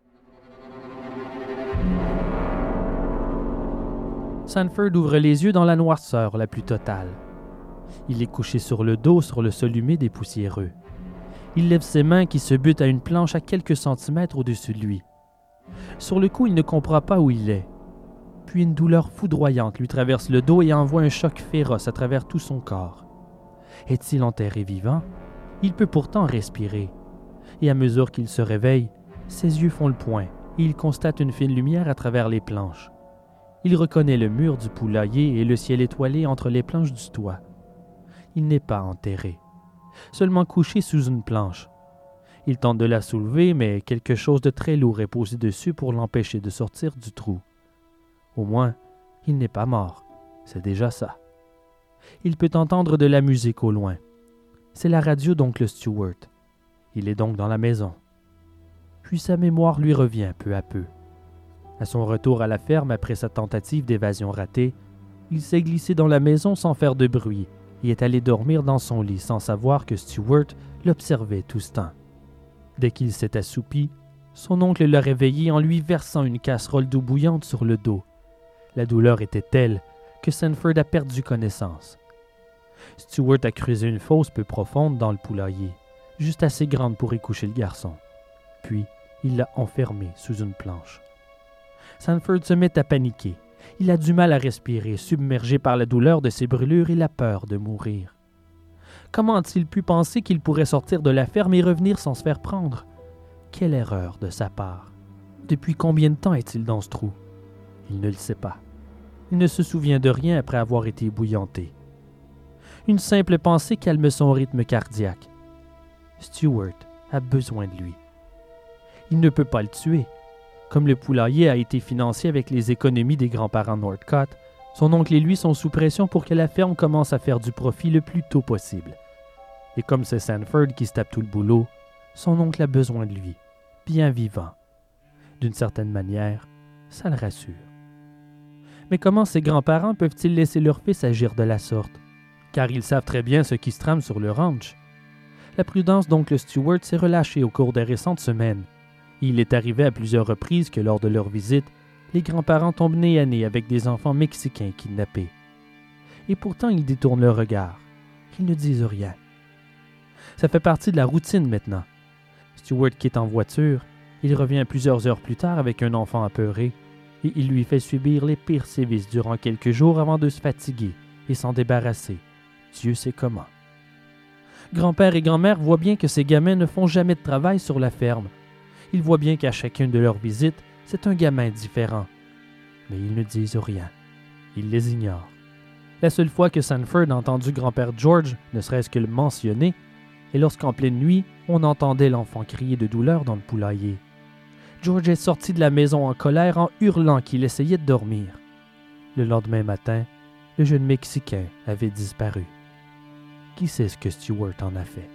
Sanford ouvre les yeux dans la noirceur la plus totale. Il est couché sur le dos sur le sol humide et poussiéreux. Il lève ses mains qui se butent à une planche à quelques centimètres au-dessus de lui. Sur le coup, il ne comprend pas où il est. Puis une douleur foudroyante lui traverse le dos et envoie un choc féroce à travers tout son corps. Est-il enterré vivant? Il peut pourtant respirer. Et à mesure qu'il se réveille, ses yeux font le point et il constate une fine lumière à travers les planches. Il reconnaît le mur du poulailler et le ciel étoilé entre les planches du toit. Il n'est pas enterré, seulement couché sous une planche. Il tente de la soulever, mais quelque chose de très lourd est posé dessus pour l'empêcher de sortir du trou. Au moins, il n'est pas mort. C'est déjà ça. Il peut entendre de la musique au loin. C'est la radio d'oncle Stuart. Il est donc dans la maison. Puis sa mémoire lui revient peu à peu. À son retour à la ferme après sa tentative d'évasion ratée, il s'est glissé dans la maison sans faire de bruit et est allé dormir dans son lit sans savoir que Stuart l'observait tout ce temps. Dès qu'il s'est assoupi, son oncle l'a réveillé en lui versant une casserole d'eau bouillante sur le dos. La douleur était telle que Sanford a perdu connaissance. Stuart a creusé une fosse peu profonde dans le poulailler, juste assez grande pour y coucher le garçon. Puis, il l'a enfermé sous une planche. Sanford se met à paniquer. Il a du mal à respirer, submergé par la douleur de ses brûlures et la peur de mourir. Comment a-t-il pu penser qu'il pourrait sortir de la ferme et revenir sans se faire prendre? Quelle erreur de sa part! Depuis combien de temps est-il dans ce trou? Il ne le sait pas. Il ne se souvient de rien après avoir été ébouillanté. Une simple pensée calme son rythme cardiaque. Stuart a besoin de lui. Il ne peut pas le tuer. Comme le poulailler a été financé avec les économies des grands-parents Northcott, son oncle et lui sont sous pression pour que la ferme commence à faire du profit le plus tôt possible. Et comme c'est Sanford qui se tape tout le boulot, son oncle a besoin de lui, bien vivant. D'une certaine manière, ça le rassure. Mais comment ses grands-parents peuvent-ils laisser leur fils agir de la sorte? Car ils savent très bien ce qui se trame sur le ranch. La prudence d'oncle Stuart s'est relâchée au cours des récentes semaines. Il est arrivé à plusieurs reprises que lors de leur visite, les grands-parents tombent nez à nez avec des enfants mexicains kidnappés. Et pourtant, ils détournent leur regard. Ils ne disent rien. Ça fait partie de la routine maintenant. Stuart quitte en voiture. Il revient plusieurs heures plus tard avec un enfant apeuré et il lui fait subir les pires sévices durant quelques jours avant de se fatiguer et s'en débarrasser. Dieu sait comment. Grand-père et grand-mère voient bien que ces gamins ne font jamais de travail sur la ferme. Ils voient bien qu'à chacune de leurs visites, c'est un gamin différent. Mais ils ne disent rien. Ils les ignorent. La seule fois que Sanford a entendu grand-père George, ne serait-ce que le mentionner, est lorsqu'en pleine nuit, on entendait l'enfant crier de douleur dans le poulailler. George est sorti de la maison en colère en hurlant qu'il essayait de dormir. Le lendemain matin, le jeune Mexicain avait disparu. Qui sait ce que Stuart en a fait?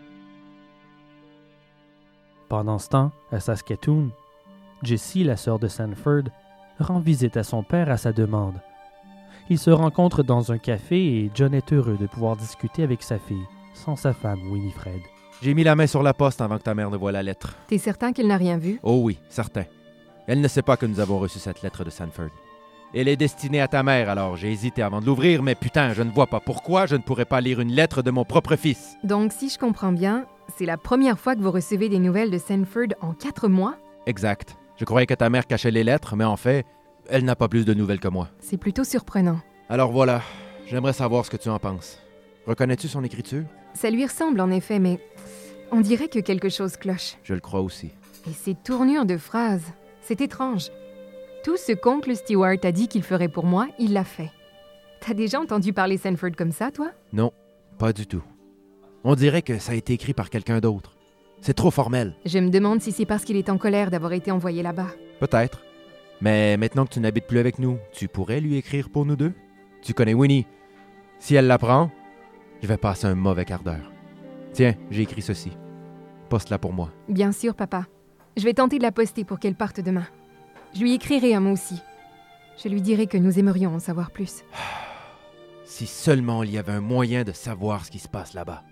Pendant ce temps, à Saskatoon, Jessie, la sœur de Sanford, rend visite à son père à sa demande. Ils se rencontrent dans un café et John est heureux de pouvoir discuter avec sa fille, sans sa femme Winifred. J'ai mis la main sur la poste avant que ta mère ne voie la lettre. T'es certain qu'il n'a rien vu? Oh oui, certain. Elle ne sait pas que nous avons reçu cette lettre de Sanford. Elle est destinée à ta mère, alors j'ai hésité avant de l'ouvrir, mais putain, je ne vois pas pourquoi je ne pourrais pas lire une lettre de mon propre fils. Donc, si je comprends bien, c'est la première fois que vous recevez des nouvelles de Sanford en quatre mois? Exact. Je croyais que ta mère cachait les lettres, mais en fait, elle n'a pas plus de nouvelles que moi. C'est plutôt surprenant. Alors voilà, j'aimerais savoir ce que tu en penses. Reconnais-tu son écriture? Ça lui ressemble en effet, mais on dirait que quelque chose cloche. Je le crois aussi. Et ses tournures de phrases, c'est étrange. Tout ce qu'oncle Stewart a dit qu'il ferait pour moi, il l'a fait. T'as déjà entendu parler Sanford comme ça, toi? Non, pas du tout. On dirait que ça a été écrit par quelqu'un d'autre. C'est trop formel. Je me demande si c'est parce qu'il est en colère d'avoir été envoyé là-bas. Peut-être. Mais maintenant que tu n'habites plus avec nous, tu pourrais lui écrire pour nous deux? Tu connais Winnie. Si elle l'apprend, je vais passer un mauvais quart d'heure. Tiens, j'ai écrit ceci. Poste-la pour moi. Bien sûr, papa. Je vais tenter de la poster pour qu'elle parte demain. Je lui écrirai un mot aussi. Je lui dirai que nous aimerions en savoir plus. Si seulement il y avait un moyen de savoir ce qui se passe là-bas.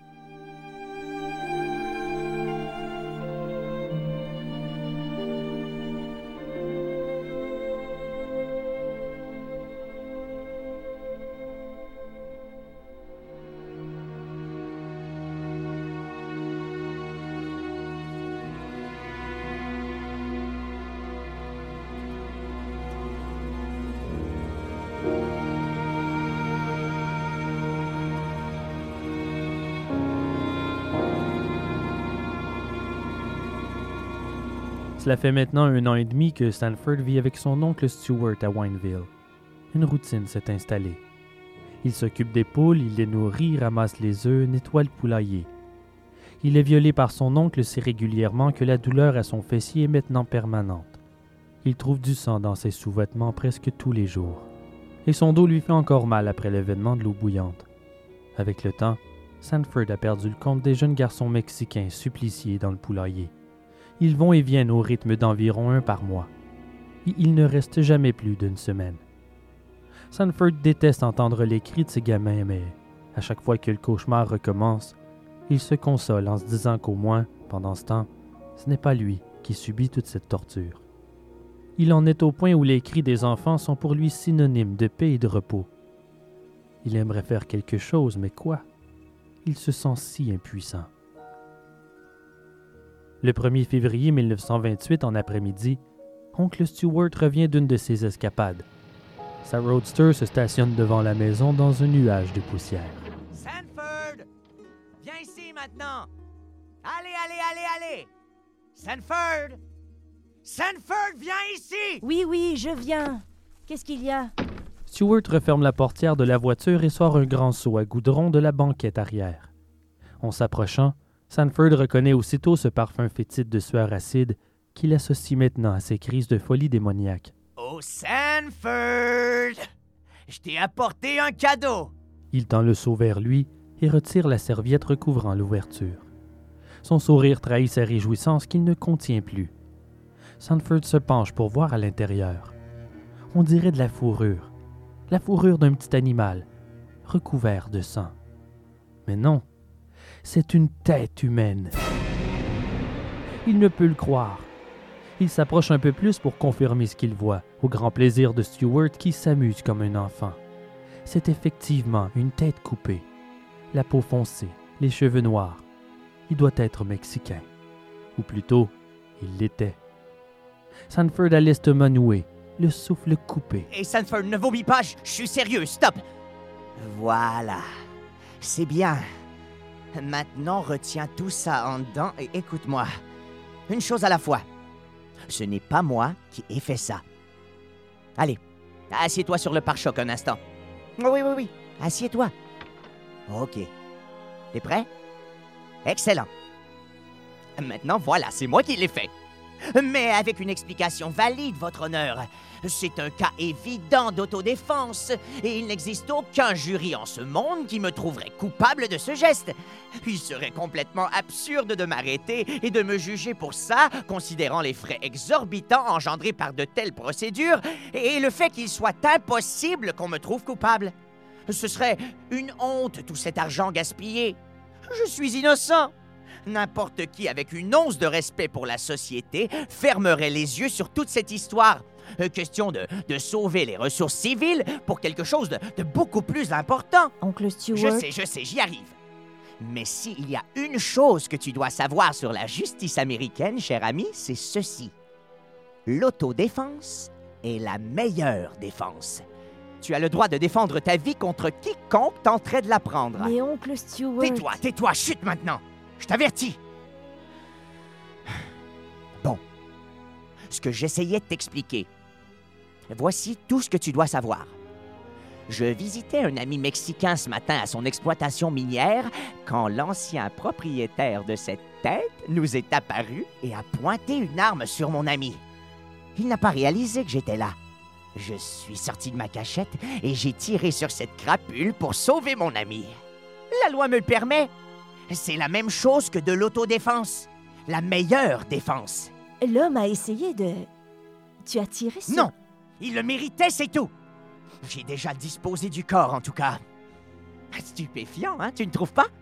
Cela fait maintenant un an et demi que Sanford vit avec son oncle Stuart à Wineville. Une routine s'est installée. Il s'occupe des poules, il les nourrit, ramasse les œufs, nettoie le poulailler. Il est violé par son oncle si régulièrement que la douleur à son fessier est maintenant permanente. Il trouve du sang dans ses sous-vêtements presque tous les jours. Et son dos lui fait encore mal après l'événement de l'eau bouillante. Avec le temps, Sanford a perdu le compte des jeunes garçons mexicains suppliciés dans le poulailler. Ils vont et viennent au rythme d'environ un par mois. Et il ne reste jamais plus d'une semaine. Sanford déteste entendre les cris de ses gamins, mais à chaque fois que le cauchemar recommence, il se console en se disant qu'au moins, pendant ce temps, ce n'est pas lui qui subit toute cette torture. Il en est au point où les cris des enfants sont pour lui synonymes de paix et de repos. Il aimerait faire quelque chose, mais quoi? Il se sent si impuissant. Le premier février mille neuf cent vingt-huit, en après-midi, oncle Stuart revient d'une de ses escapades. Sa roadster se stationne devant la maison dans un nuage de poussière. Sanford! Viens ici maintenant! Allez, allez, allez, allez! Sanford! Sanford, viens ici! Oui, oui, je viens. Qu'est-ce qu'il y a? Stewart referme la portière de la voiture et sort un grand seau à goudron de la banquette arrière. En s'approchant, Sanford reconnaît aussitôt ce parfum fétide de sueur acide qu'il associe maintenant à ses crises de folie démoniaque. Oh, Sanford! Je t'ai apporté un cadeau! Il tend le seau vers lui et retire la serviette recouvrant l'ouverture. Son sourire trahit sa réjouissance qu'il ne contient plus. Sanford se penche pour voir à l'intérieur. On dirait de la fourrure, la fourrure d'un petit animal, recouvert de sang. Mais non, c'est une tête humaine. Il ne peut le croire. Il s'approche un peu plus pour confirmer ce qu'il voit, au grand plaisir de Stewart qui s'amuse comme un enfant. C'est effectivement une tête coupée, la peau foncée, les cheveux noirs. Il doit être mexicain. Ou plutôt, il l'était. Sanford a l'estomac noué, le souffle coupé. Hé, hey Sanford, ne vomis pas, je suis sérieux, stop! Voilà, c'est bien. Maintenant, retiens tout ça en dedans et écoute-moi. Une chose à la fois. Ce n'est pas moi qui ai fait ça. Allez, assieds-toi sur le pare-choc un instant. Oui, oui, oui, assieds-toi. OK. T'es prêt? Excellent. Maintenant, voilà, c'est moi qui l'ai fait. Mais avec une explication valide, votre honneur. C'est un cas évident d'autodéfense, et il n'existe aucun jury en ce monde qui me trouverait coupable de ce geste. Il serait complètement absurde de m'arrêter et de me juger pour ça, considérant les frais exorbitants engendrés par de telles procédures, et le fait qu'il soit impossible qu'on me trouve coupable. Ce serait une honte, tout cet argent gaspillé. Je suis innocent. N'importe qui avec une once de respect pour la société fermerait les yeux sur toute cette histoire. Euh, question de, de sauver les ressources civiles pour quelque chose de, de beaucoup plus important. Oncle Stewart... Je sais, je sais, j'y arrive. Mais s'il y a une chose que tu dois savoir sur la justice américaine, cher ami, c'est ceci. L'autodéfense est la meilleure défense. Tu as le droit de défendre ta vie contre quiconque tenterait de la prendre. Mais oncle Stewart... Tais-toi, tais-toi, chute maintenant. Je t'avertis. Bon. Ce que j'essayais de t'expliquer. Voici tout ce que tu dois savoir. Je visitais un ami mexicain ce matin à son exploitation minière quand l'ancien propriétaire de cette tête nous est apparu et a pointé une arme sur mon ami. Il n'a pas réalisé que j'étais là. Je suis sorti de ma cachette et j'ai tiré sur cette crapule pour sauver mon ami. La loi me le permet. C'est la même chose que de l'autodéfense. La meilleure défense. L'homme a essayé de... Tu as tiré sur... Non! Il le méritait, c'est tout! J'ai déjà disposé du corps, en tout cas. Stupéfiant, hein, tu ne trouves pas?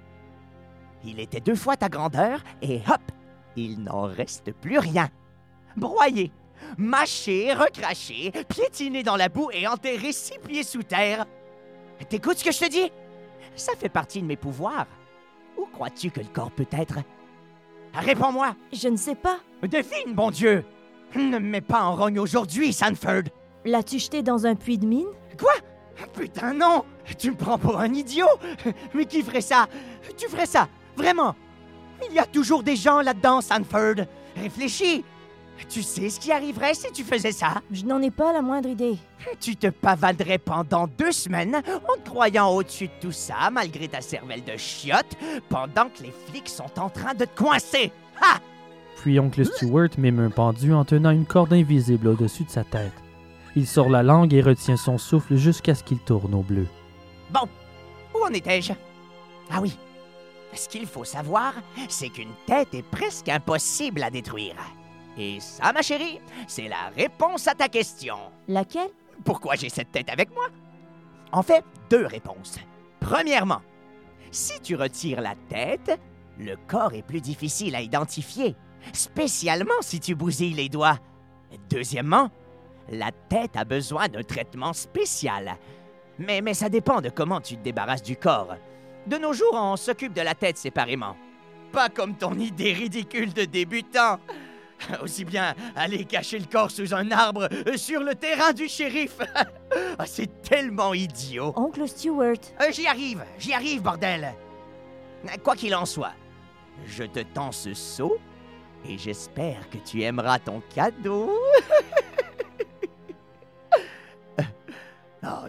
Il était deux fois ta grandeur, et hop! Il n'en reste plus rien. Broyé, mâché, recraché, piétiné dans la boue et enterré six pieds sous terre. T'écoutes ce que je te dis? Ça fait partie de mes pouvoirs. Où crois-tu que le corps peut être? Réponds-moi! Je ne sais pas. Devine, bon Dieu! Ne me mets pas en rogne aujourd'hui, Sanford! L'as-tu jeté dans un puits de mine? Quoi? Putain, non! Tu me prends pour un idiot? Mais qui ferait ça? Tu ferais ça, vraiment? Il y a toujours des gens là-dedans, Sanford. Réfléchis! Tu sais ce qui arriverait si tu faisais ça? Je n'en ai pas la moindre idée. Tu te pavanerais pendant deux semaines en te croyant au-dessus de tout ça, malgré ta cervelle de chiotte, pendant que les flics sont en train de te coincer. Ha! Puis oncle Stewart mime un pendu en tenant une corde invisible au-dessus de sa tête. Il sort la langue et retient son souffle jusqu'à ce qu'il tourne au bleu. Bon, où en étais-je? Ah oui, ce qu'il faut savoir, c'est qu'une tête est presque impossible à détruire. Et ça, ma chérie, c'est la réponse à ta question. Laquelle? Pourquoi j'ai cette tête avec moi? En fait, deux réponses. Premièrement, si tu retires la tête, le corps est plus difficile à identifier, spécialement si tu bousilles les doigts. Deuxièmement, la tête a besoin d'un traitement spécial. Mais, mais ça dépend de comment tu te débarrasses du corps. De nos jours, on s'occupe de la tête séparément. Pas comme ton idée ridicule de débutant. Aussi bien aller cacher le corps sous un arbre sur le terrain du shérif. Ah, c'est tellement idiot. Oncle Stewart. Euh, j'y arrive, j'y arrive, bordel. Quoi qu'il en soit, je te tends ce seau et j'espère que tu aimeras ton cadeau. Oh,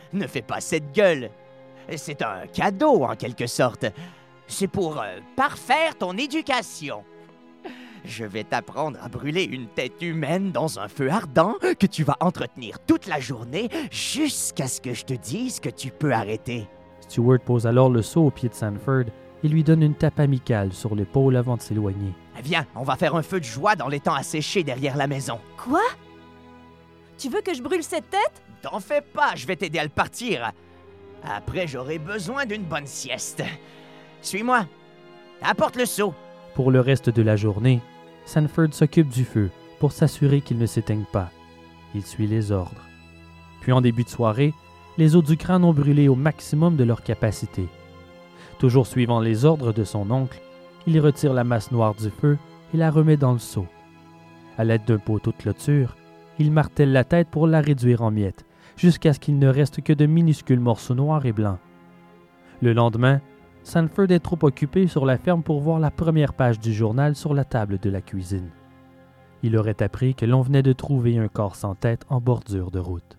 Ne fais pas cette gueule. C'est un cadeau, en quelque sorte. C'est pour euh, parfaire ton éducation. Je vais t'apprendre à brûler une tête humaine dans un feu ardent que tu vas entretenir toute la journée jusqu'à ce que je te dise que tu peux arrêter. Stewart pose alors le seau au pied de Sanford et lui donne une tape amicale sur l'épaule avant de s'éloigner. Viens, on va faire un feu de joie dans l'étang asséché derrière la maison. Quoi? Tu veux que je brûle cette tête? T'en fais pas, je vais t'aider à le partir. Après, j'aurai besoin d'une bonne sieste. Suis-moi. Apporte le seau. Pour le reste de la journée, Sanford s'occupe du feu pour s'assurer qu'il ne s'éteigne pas. Il suit les ordres. Puis en début de soirée, les eaux du crâne ont brûlé au maximum de leur capacité. Toujours suivant les ordres de son oncle, il retire la masse noire du feu et la remet dans le seau. À l'aide d'un poteau de clôture, il martèle la tête pour la réduire en miettes, jusqu'à ce qu'il ne reste que de minuscules morceaux noirs et blancs. Le lendemain, Sanford est trop occupé sur la ferme pour voir la première page du journal sur la table de la cuisine. Il aurait appris que l'on venait de trouver un corps sans tête en bordure de route.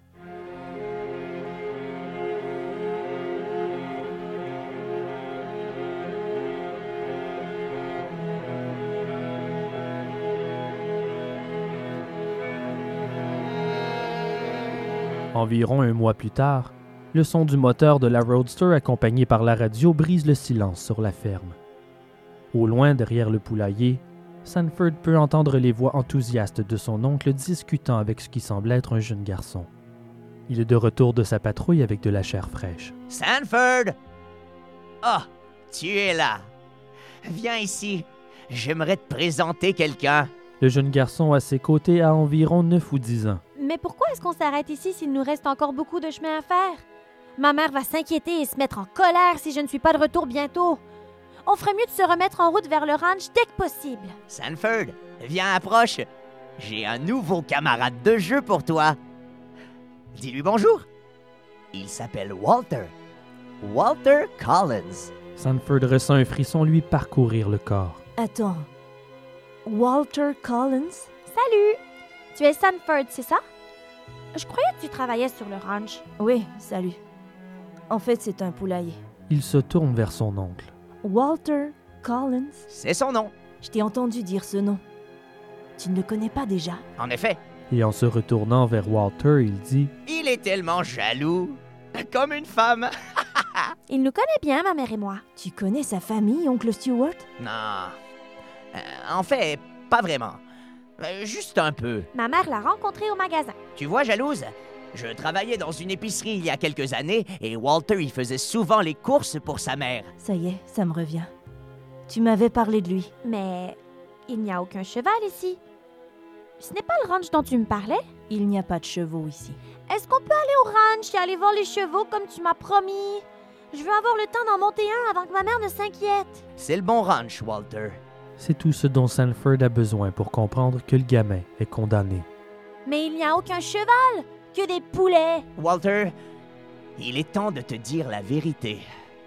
Environ un mois plus tard, le son du moteur de la Roadster accompagné par la radio brise le silence sur la ferme. Au loin, derrière le poulailler, Sanford peut entendre les voix enthousiastes de son oncle discutant avec ce qui semble être un jeune garçon. Il est de retour de sa patrouille avec de la chair fraîche. « Sanford! Ah, oh, tu es là. Viens ici. J'aimerais te présenter quelqu'un. » Le jeune garçon à ses côtés a environ neuf ou dix ans. Mais pourquoi est-ce qu'on s'arrête ici s'il nous reste encore beaucoup de chemin à faire? Ma mère va s'inquiéter et se mettre en colère si je ne suis pas de retour bientôt. On ferait mieux de se remettre en route vers le ranch dès que possible. Sanford, viens, approche. J'ai un nouveau camarade de jeu pour toi. Dis-lui bonjour. Il s'appelle Walter. Walter Collins. Sanford ressent un frisson lui parcourir le corps. Attends. Walter Collins? Salut! Tu es Sanford, c'est ça? Je croyais que tu travaillais sur le ranch. Oui, salut. En fait, c'est un poulailler. Il se tourne vers son oncle. Walter Collins? C'est son nom. Je t'ai entendu dire ce nom. Tu ne le connais pas déjà? En effet. Et en se retournant vers Walter, il dit « Il est tellement jaloux, comme une femme. » Il nous connaît bien, ma mère et moi. Tu connais sa famille, oncle Stewart? Non. Euh, en fait, pas vraiment. Euh, juste un peu. Ma mère l'a rencontré au magasin. Tu vois, jalouse, je travaillais dans une épicerie il y a quelques années et Walter y faisait souvent les courses pour sa mère. Ça y est, ça me revient. Tu m'avais parlé de lui. Mais il n'y a aucun cheval ici. Ce n'est pas le ranch dont tu me parlais? Il n'y a pas de chevaux ici. Est-ce qu'on peut aller au ranch et aller voir les chevaux comme tu m'as promis? Je veux avoir le temps d'en monter un avant que ma mère ne s'inquiète. C'est le bon ranch, Walter. C'est tout ce dont Sanford a besoin pour comprendre que le gamin est condamné. Mais il n'y a aucun cheval, que des poulets. Walter, il est temps de te dire la vérité.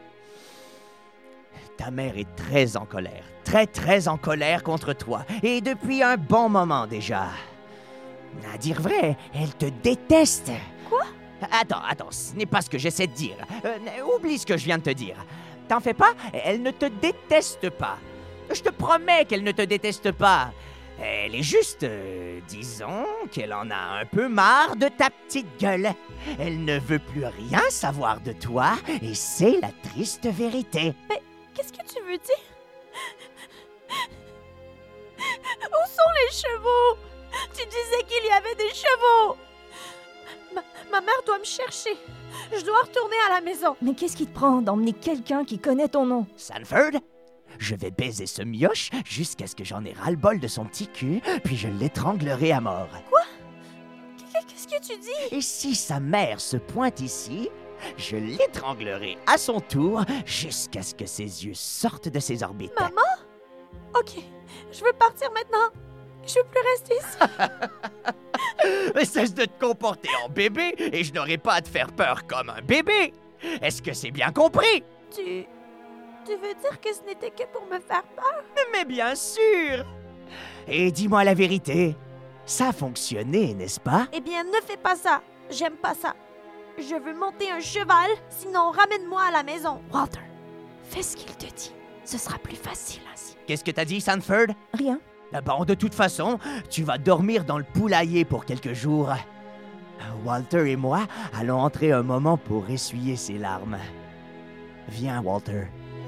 Ta mère est très en colère, très très en colère contre toi, et depuis un bon moment déjà. À dire vrai, elle te déteste. Quoi? Attends, attends, ce n'est pas ce que j'essaie de dire. Euh, oublie ce que je viens de te dire. T'en fais pas, elle ne te déteste pas. Je te promets qu'elle ne te déteste pas. Elle est juste, euh, disons, qu'elle en a un peu marre de ta petite gueule. Elle ne veut plus rien savoir de toi, et c'est la triste vérité. Mais qu'est-ce que tu veux dire? Où sont les chevaux? Tu disais qu'il y avait des chevaux. Ma, ma mère doit me chercher. Je dois retourner à la maison. Mais qu'est-ce qui te prend d'emmener quelqu'un qui connaît ton nom? Sanford? Je vais baiser ce mioche jusqu'à ce que j'en ai ras-le-bol de son petit cul, puis je l'étranglerai à mort. Quoi? Qu'est-ce que tu dis? Et si sa mère se pointe ici, je l'étranglerai à son tour jusqu'à ce que ses yeux sortent de ses orbites. Maman? Ok, je veux partir maintenant. Je veux plus rester ici. Cesse de te comporter en bébé et je n'aurai pas à te faire peur comme un bébé. Est-ce que c'est bien compris? Tu... Tu veux dire que ce n'était que pour me faire peur? Mais bien sûr! Et dis-moi la vérité, ça a fonctionné, n'est-ce pas? Eh bien, ne fais pas ça. J'aime pas ça. Je veux monter un cheval, sinon ramène-moi à la maison. Walter, fais ce qu'il te dit. Ce sera plus facile ainsi. Qu'est-ce que t'as dit, Sanford? Rien. Ah bon, de toute façon, tu vas dormir dans le poulailler pour quelques jours. Walter et moi allons entrer un moment pour essuyer ses larmes. Viens, Walter.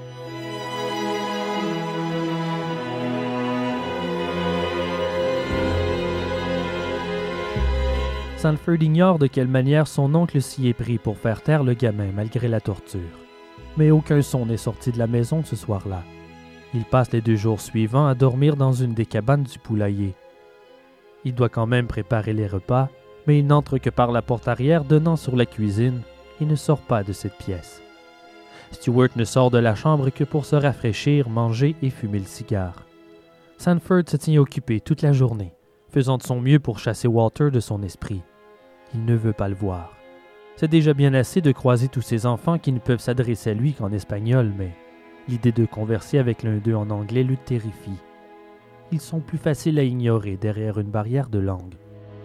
Sanford ignore de quelle manière son oncle s'y est pris pour faire taire le gamin malgré la torture. Mais aucun son n'est sorti de la maison ce soir-là. Il passe les deux jours suivants à dormir dans une des cabanes du poulailler. Il doit quand même préparer les repas, mais il n'entre que par la porte arrière donnant sur la cuisine et ne sort pas de cette pièce. Stewart ne sort de la chambre que pour se rafraîchir, manger et fumer le cigare. Sanford se tient occupé toute la journée, faisant de son mieux pour chasser Walter de son esprit. Il ne veut pas le voir. C'est déjà bien assez de croiser tous ces enfants qui ne peuvent s'adresser à lui qu'en espagnol, mais l'idée de converser avec l'un d'eux en anglais le terrifie. Ils sont plus faciles à ignorer derrière une barrière de langue.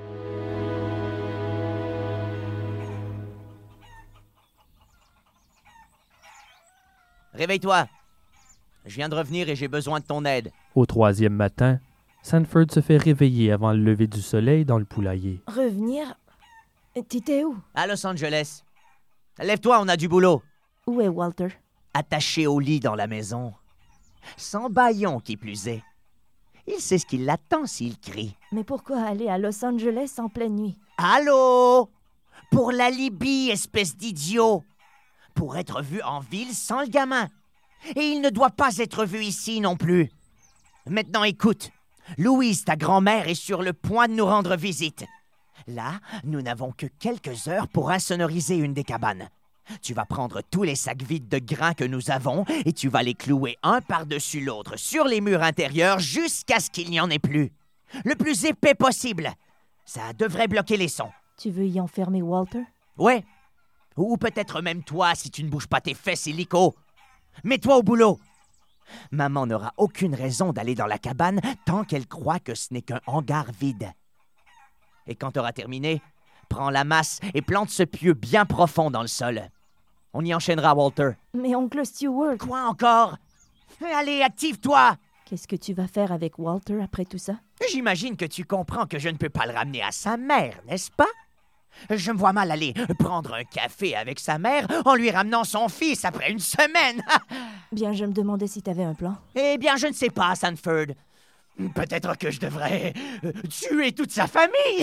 Réveille-toi. Je viens de revenir et j'ai besoin de ton aide. Au troisième matin, Sanford se fait réveiller avant le lever du soleil dans le poulailler. Revenir? T'étais où? À Los Angeles. Lève-toi, on a du boulot. Où est Walter? Attaché au lit dans la maison. Sans bâillon, qui plus est. Il sait ce qui l'attend s'il crie. Mais pourquoi aller à Los Angeles en pleine nuit? Allô? Pour la Libye, espèce d'idiot. Pour être vu en ville sans le gamin. Et il ne doit pas être vu ici non plus. Maintenant, écoute. Louise, ta grand-mère, est sur le point de nous rendre visite. Là, nous n'avons que quelques heures pour insonoriser une des cabanes. Tu vas prendre tous les sacs vides de grains que nous avons et tu vas les clouer un par-dessus l'autre sur les murs intérieurs jusqu'à ce qu'il n'y en ait plus. Le plus épais possible. Ça devrait bloquer les sons. Tu veux y enfermer Walter? Ouais. Ou peut-être même toi si tu ne bouges pas tes fesses illico. Mets-toi au boulot. Maman n'aura aucune raison d'aller dans la cabane tant qu'elle croit que ce n'est qu'un hangar vide. Et quand tu auras terminé, prends la masse et plante ce pieu bien profond dans le sol. On y enchaînera, Walter. Mais oncle Stewart... Quoi encore? Allez, active-toi! Qu'est-ce que tu vas faire avec Walter après tout ça? J'imagine que tu comprends que je ne peux pas le ramener à sa mère, n'est-ce pas? Je me vois mal aller prendre un café avec sa mère en lui ramenant son fils après une semaine. Bien, je me demandais si t'avais un plan. Eh bien, je ne sais pas, Sanford. Peut-être que je devrais tuer toute sa famille.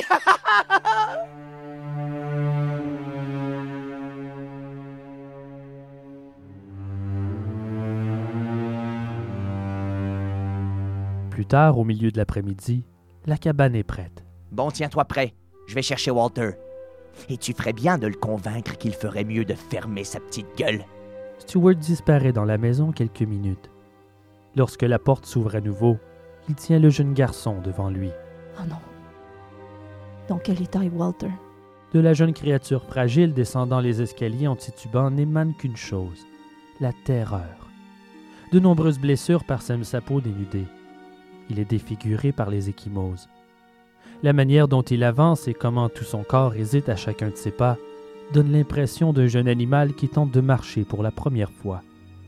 Plus tard, au milieu de l'après-midi, la cabane est prête. Bon, tiens-toi prêt. Je vais chercher Walter. Et tu ferais bien de le convaincre qu'il ferait mieux de fermer sa petite gueule. Stewart disparaît dans la maison quelques minutes. Lorsque la porte s'ouvre à nouveau, il tient le jeune garçon devant lui. Oh non. Dans quel état est Walter? De la jeune créature fragile descendant les escaliers en titubant n'émane qu'une chose, la terreur. De nombreuses blessures parsèment sa peau dénudée. Il est défiguré par les ecchymoses. La manière dont il avance et comment tout son corps hésite à chacun de ses pas donne l'impression d'un jeune animal qui tente de marcher pour la première fois.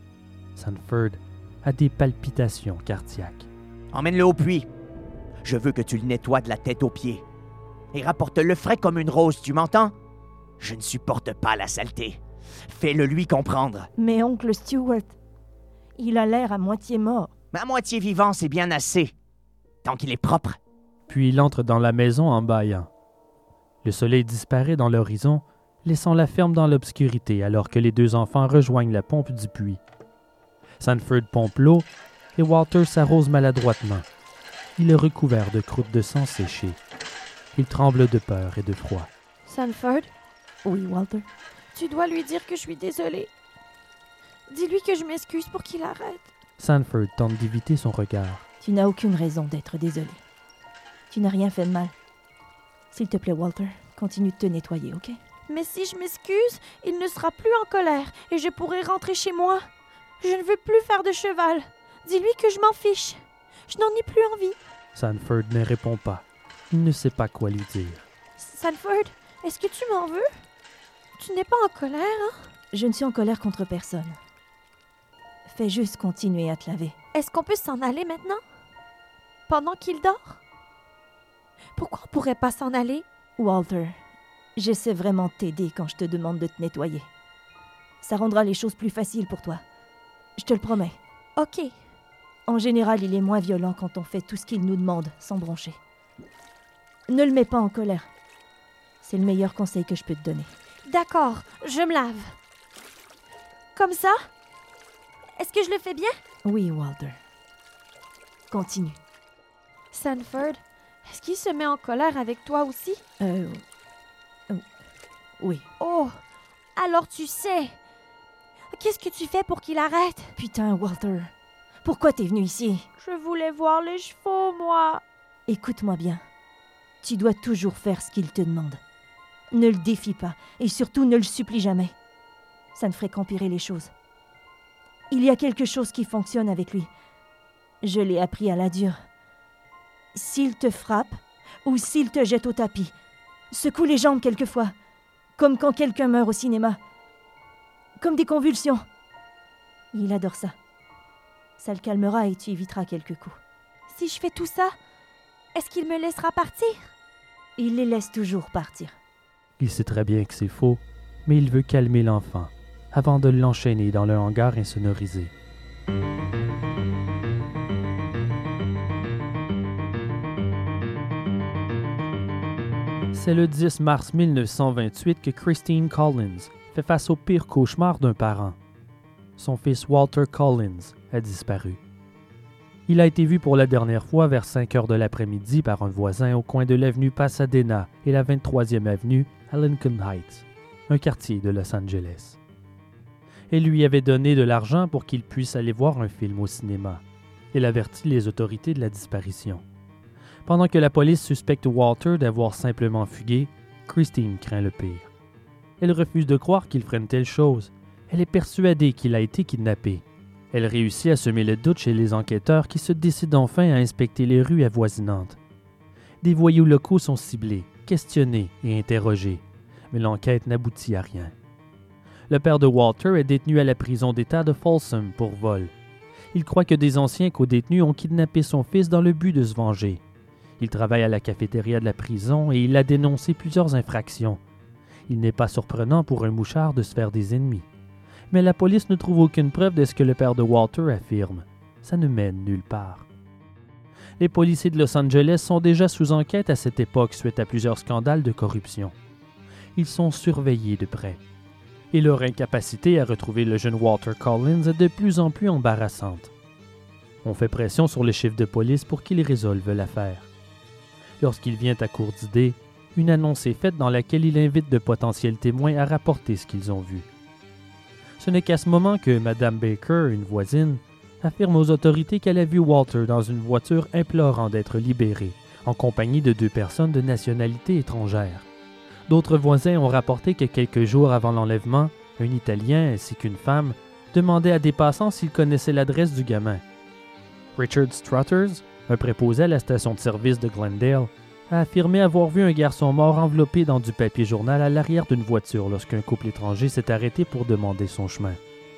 Sanford a des palpitations cardiaques. Emmène-le au puits. Je veux que tu le nettoies de la tête aux pieds. Et rapporte-le frais comme une rose, tu m'entends? Je ne supporte pas la saleté. Fais-le lui comprendre. Mais oncle Stewart, il a l'air à moitié mort. À moitié vivant, c'est bien assez. Tant qu'il est propre. Puis il entre dans la maison en bâillant. Le soleil disparaît dans l'horizon, laissant la ferme dans l'obscurité alors que les deux enfants rejoignent la pompe du puits. Sanford pompe l'eau et Walter s'arrose maladroitement. Il est recouvert de croûtes de sang séchées. Il tremble de peur et de froid. Sanford, Oui, Walter? tu dois lui dire que je suis désolée. Dis-lui que je m'excuse pour qu'il arrête. Sanford tente d'éviter son regard. Tu n'as aucune raison d'être désolé. Tu n'as rien fait de mal. S'il te plaît, Walter, continue de te nettoyer, OK? Mais si je m'excuse, il ne sera plus en colère et je pourrai rentrer chez moi. Je ne veux plus faire de cheval. Dis-lui que je m'en fiche. Je n'en ai plus envie. Sanford ne répond pas. Il ne sait pas quoi lui dire. Sanford, est-ce que tu m'en veux? Tu n'es pas en colère, hein? Je ne suis en colère contre personne. Fais juste continuer à te laver. Est-ce qu'on peut s'en aller maintenant? Pendant qu'il dort? Pourquoi on pourrait pas s'en aller? Walter, j'essaie vraiment de t'aider quand je te demande de te nettoyer. Ça rendra les choses plus faciles pour toi. Je te le promets. OK. En général, il est moins violent quand on fait tout ce qu'il nous demande, sans broncher. Ne le mets pas en colère. C'est le meilleur conseil que je peux te donner. D'accord, je me lave. Comme ça? Est-ce que je le fais bien? Oui, Walter. Continue. Sanford, est-ce qu'il se met en colère avec toi aussi? Euh... euh, Oui. Oh, alors tu sais. Qu'est-ce que tu fais pour qu'il arrête? Putain, Walter. Pourquoi t'es venu ici? Je voulais voir les chevaux, moi. Écoute-moi bien. Tu dois toujours faire ce qu'il te demande. Ne le défie pas, et surtout ne le supplie jamais. Ça ne ferait qu'empirer les choses. Il y a quelque chose qui fonctionne avec lui. Je l'ai appris à la dure. S'il te frappe, ou s'il te jette au tapis, secoue les jambes quelquefois, comme quand quelqu'un meurt au cinéma. Comme des convulsions. Il adore ça. Ça le calmera et tu éviteras quelques coups. Si je fais tout ça, est-ce qu'il me laissera partir? Il les laisse toujours partir. Il sait très bien que c'est faux, mais il veut calmer l'enfant, avant de l'enchaîner dans le hangar insonorisé. C'est le dix mars mille neuf cent vingt-huit que Christine Collins fait face au pire cauchemar d'un parent. Son fils Walter Collins a disparu. Il a été vu pour la dernière fois vers cinq heures de l'après-midi par un voisin au coin de l'avenue Pasadena et la vingt-troisième avenue à Lincoln Heights, un quartier de Los Angeles. Elle lui avait donné de l'argent pour qu'il puisse aller voir un film au cinéma. Elle avertit les autorités de la disparition. Pendant que la police suspecte Walter d'avoir simplement fugué, Christine craint le pire. Elle refuse de croire qu'il ferait une telle chose. Elle est persuadée qu'il a été kidnappé. Elle réussit à semer le doute chez les enquêteurs qui se décident enfin à inspecter les rues avoisinantes. Des voyous locaux sont ciblés, questionnés et interrogés, mais l'enquête n'aboutit à rien. Le père de Walter est détenu à la prison d'État de Folsom pour vol. Il croit que des anciens co-détenus ont kidnappé son fils dans le but de se venger. Il travaille à la cafétéria de la prison et il a dénoncé plusieurs infractions. Il n'est pas surprenant pour un mouchard de se faire des ennemis. Mais la police ne trouve aucune preuve de ce que le père de Walter affirme. Ça ne mène nulle part. Les policiers de Los Angeles sont déjà sous enquête à cette époque suite à plusieurs scandales de corruption. Ils sont surveillés de près. Et leur incapacité à retrouver le jeune Walter Collins est de plus en plus embarrassante. On fait pression sur le chef de police pour qu'il résolve l'affaire. Lorsqu'il vient à court d'idées, une annonce est faite dans laquelle il invite de potentiels témoins à rapporter ce qu'ils ont vu. Ce n'est qu'à ce moment que Madame Baker, une voisine, affirme aux autorités qu'elle a vu Walter dans une voiture implorant d'être libéré, en compagnie de deux personnes de nationalité étrangère. D'autres voisins ont rapporté que quelques jours avant l'enlèvement, un Italien ainsi qu'une femme demandaient à des passants s'ils connaissaient l'adresse du gamin. Richard Struthers, un préposé à la station de service de Glendale, a affirmé avoir vu un garçon mort enveloppé dans du papier journal à l'arrière d'une voiture lorsqu'un couple étranger s'est arrêté pour demander son chemin.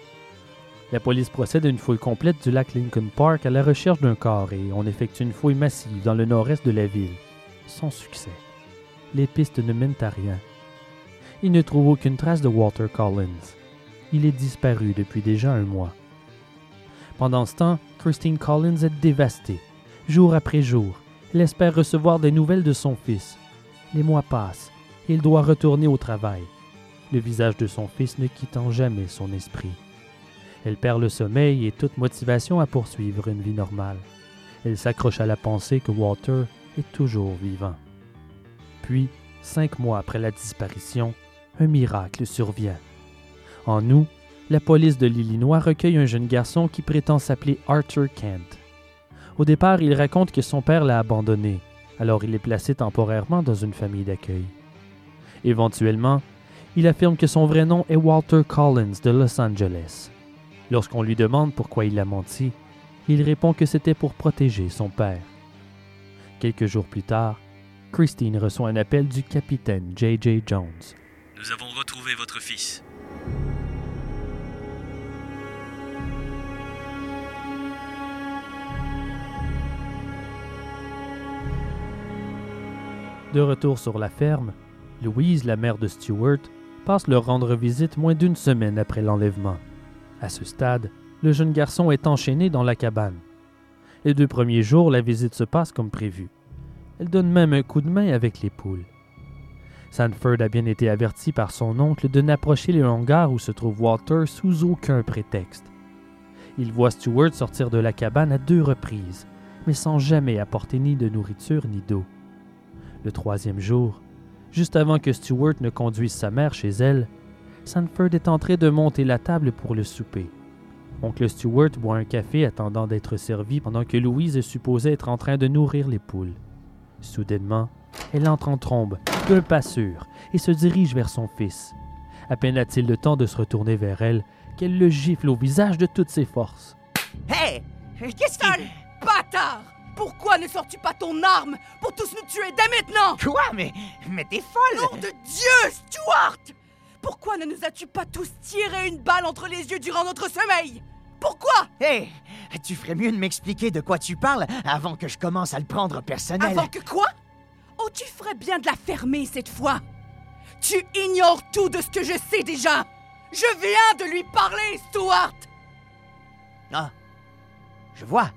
La police procède à une fouille complète du lac Lincoln Park à la recherche d'un corps et on effectue une fouille massive dans le nord-est de la ville. Sans succès. Les pistes ne mènent à rien. Ils ne trouvent aucune trace de Walter Collins. Il est disparu depuis déjà un mois. Pendant ce temps, Christine Collins est dévastée. Jour après jour, elle espère recevoir des nouvelles de son fils. Les mois passent et il doit retourner au travail, le visage de son fils ne quittant jamais son esprit. Elle perd le sommeil et toute motivation à poursuivre une vie normale. Elle s'accroche à la pensée que Walter est toujours vivant. Puis, cinq mois après la disparition, un miracle survient. En août, la police de l'Illinois recueille un jeune garçon qui prétend s'appeler Arthur Kent. Au départ, il raconte que son père l'a abandonné, alors il est placé temporairement dans une famille d'accueil. Éventuellement, il affirme que son vrai nom est Walter Collins de Los Angeles. Lorsqu'on lui demande pourquoi il a menti, il répond que c'était pour protéger son père. Quelques jours plus tard, Christine reçoit un appel du capitaine J J Jones. Nous avons retrouvé votre fils. De retour sur la ferme, Louise, la mère de Stuart, passe leur rendre visite moins d'une semaine après l'enlèvement. À ce stade, le jeune garçon est enchaîné dans la cabane. Les deux premiers jours, la visite se passe comme prévu. Elle donne même un coup de main avec les poules. Sanford a bien été averti par son oncle de n'approcher le hangar où se trouve Walter sous aucun prétexte. Il voit Stuart sortir de la cabane à deux reprises, mais sans jamais apporter ni de nourriture ni d'eau. Le troisième jour, juste avant que Stuart ne conduise sa mère chez elle, Sanford est en train de monter la table pour le souper. Oncle Stuart boit un café attendant d'être servi pendant que Louise est supposée être en train de nourrir les poules. Soudainement, elle entre en trombe, d'un pas sûr, et se dirige vers son fils. À peine a-t-il le temps de se retourner vers elle qu'elle le gifle au visage de toutes ses forces. Hé! Hey, qu'est-ce que... Sale bâtard! Pourquoi ne sors-tu pas ton arme pour tous nous tuer dès maintenant? Quoi? Mais... mais t'es folle! Nom de Dieu, Stuart! Pourquoi ne nous as-tu pas tous tiré une balle entre les yeux durant notre sommeil? Pourquoi? Hé! Hey, tu ferais mieux de m'expliquer de quoi tu parles avant que je commence à le prendre personnel. Avant que quoi? Oh, tu ferais bien de la fermer cette fois! Tu ignores tout de ce que je sais déjà! Je viens de lui parler, Stuart! Ah, je vois.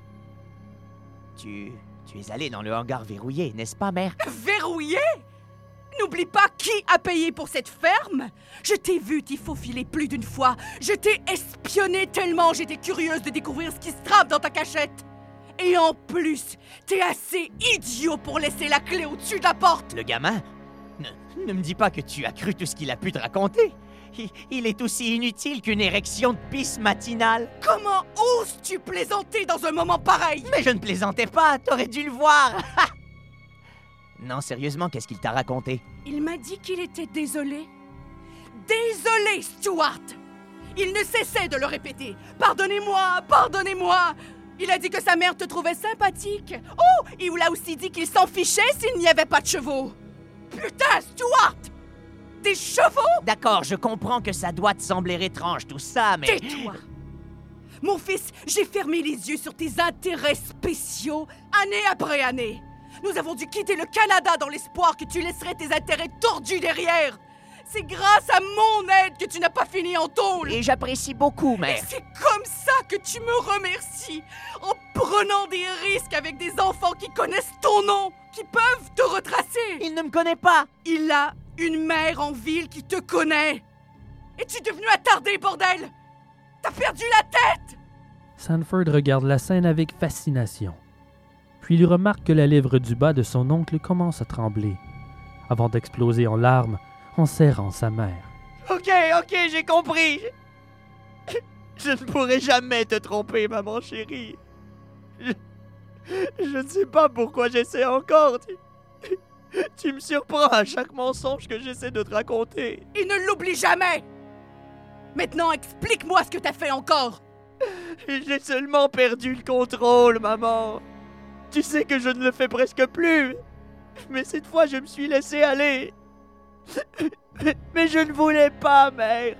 Tu... tu es allé dans le hangar verrouillé, n'est-ce pas, mère? Verrouillé? N'oublie pas qui a payé pour cette ferme! Je t'ai vu t'y faufiler plus d'une fois. Je t'ai espionné tellement j'étais curieuse de découvrir ce qui se trame dans ta cachette. Et en plus, t'es assez idiot pour laisser la clé au-dessus de la porte! Le gamin? Ne, ne me dis pas que tu as cru tout ce qu'il a pu te raconter. Il, il est aussi inutile qu'une érection de pisse matinale. Comment oses-tu plaisanter dans un moment pareil? Mais je ne plaisantais pas, t'aurais dû le voir. Non, sérieusement, qu'est-ce qu'il t'a raconté? Il m'a dit qu'il était désolé. Désolé, Stuart! Il ne cessait de le répéter. Pardonnez-moi, pardonnez-moi! Il a dit que sa mère te trouvait sympathique. Oh, il l'a aussi dit qu'il s'en fichait s'il n'y avait pas de chevaux. Putain, Stuart! Des chevaux? D'accord, je comprends que ça doit te sembler étrange tout ça, mais... Tais-toi! Mon fils, j'ai fermé les yeux sur tes intérêts spéciaux, année après année. Nous avons dû quitter le Canada dans l'espoir que tu laisserais tes intérêts tordus derrière. C'est grâce à mon aide que tu n'as pas fini en tôle. Et j'apprécie beaucoup, mère. Et c'est comme ça que tu me remercies, en prenant des risques avec des enfants qui connaissent ton nom, qui peuvent te retracer. Il ne me connaît pas. Il a une mère en ville qui te connaît. Es-tu devenu attardé, bordel? T'as perdu la tête? Sanford regarde la scène avec fascination. Puis il remarque que la lèvre du bas de son oncle commence à trembler, avant d'exploser en larmes en serrant sa mère. Ok, ok, j'ai compris. Je, je ne pourrai jamais te tromper, maman chérie. Je, je ne sais pas pourquoi j'essaie encore. Tu, tu me surprends à chaque mensonge que j'essaie de te raconter. Et ne l'oublie jamais. Maintenant, explique-moi ce que t'as fait encore. J'ai seulement perdu le contrôle, maman. Tu sais que je ne le fais presque plus. Mais cette fois, je me suis laissé aller. Mais je ne voulais pas, mère.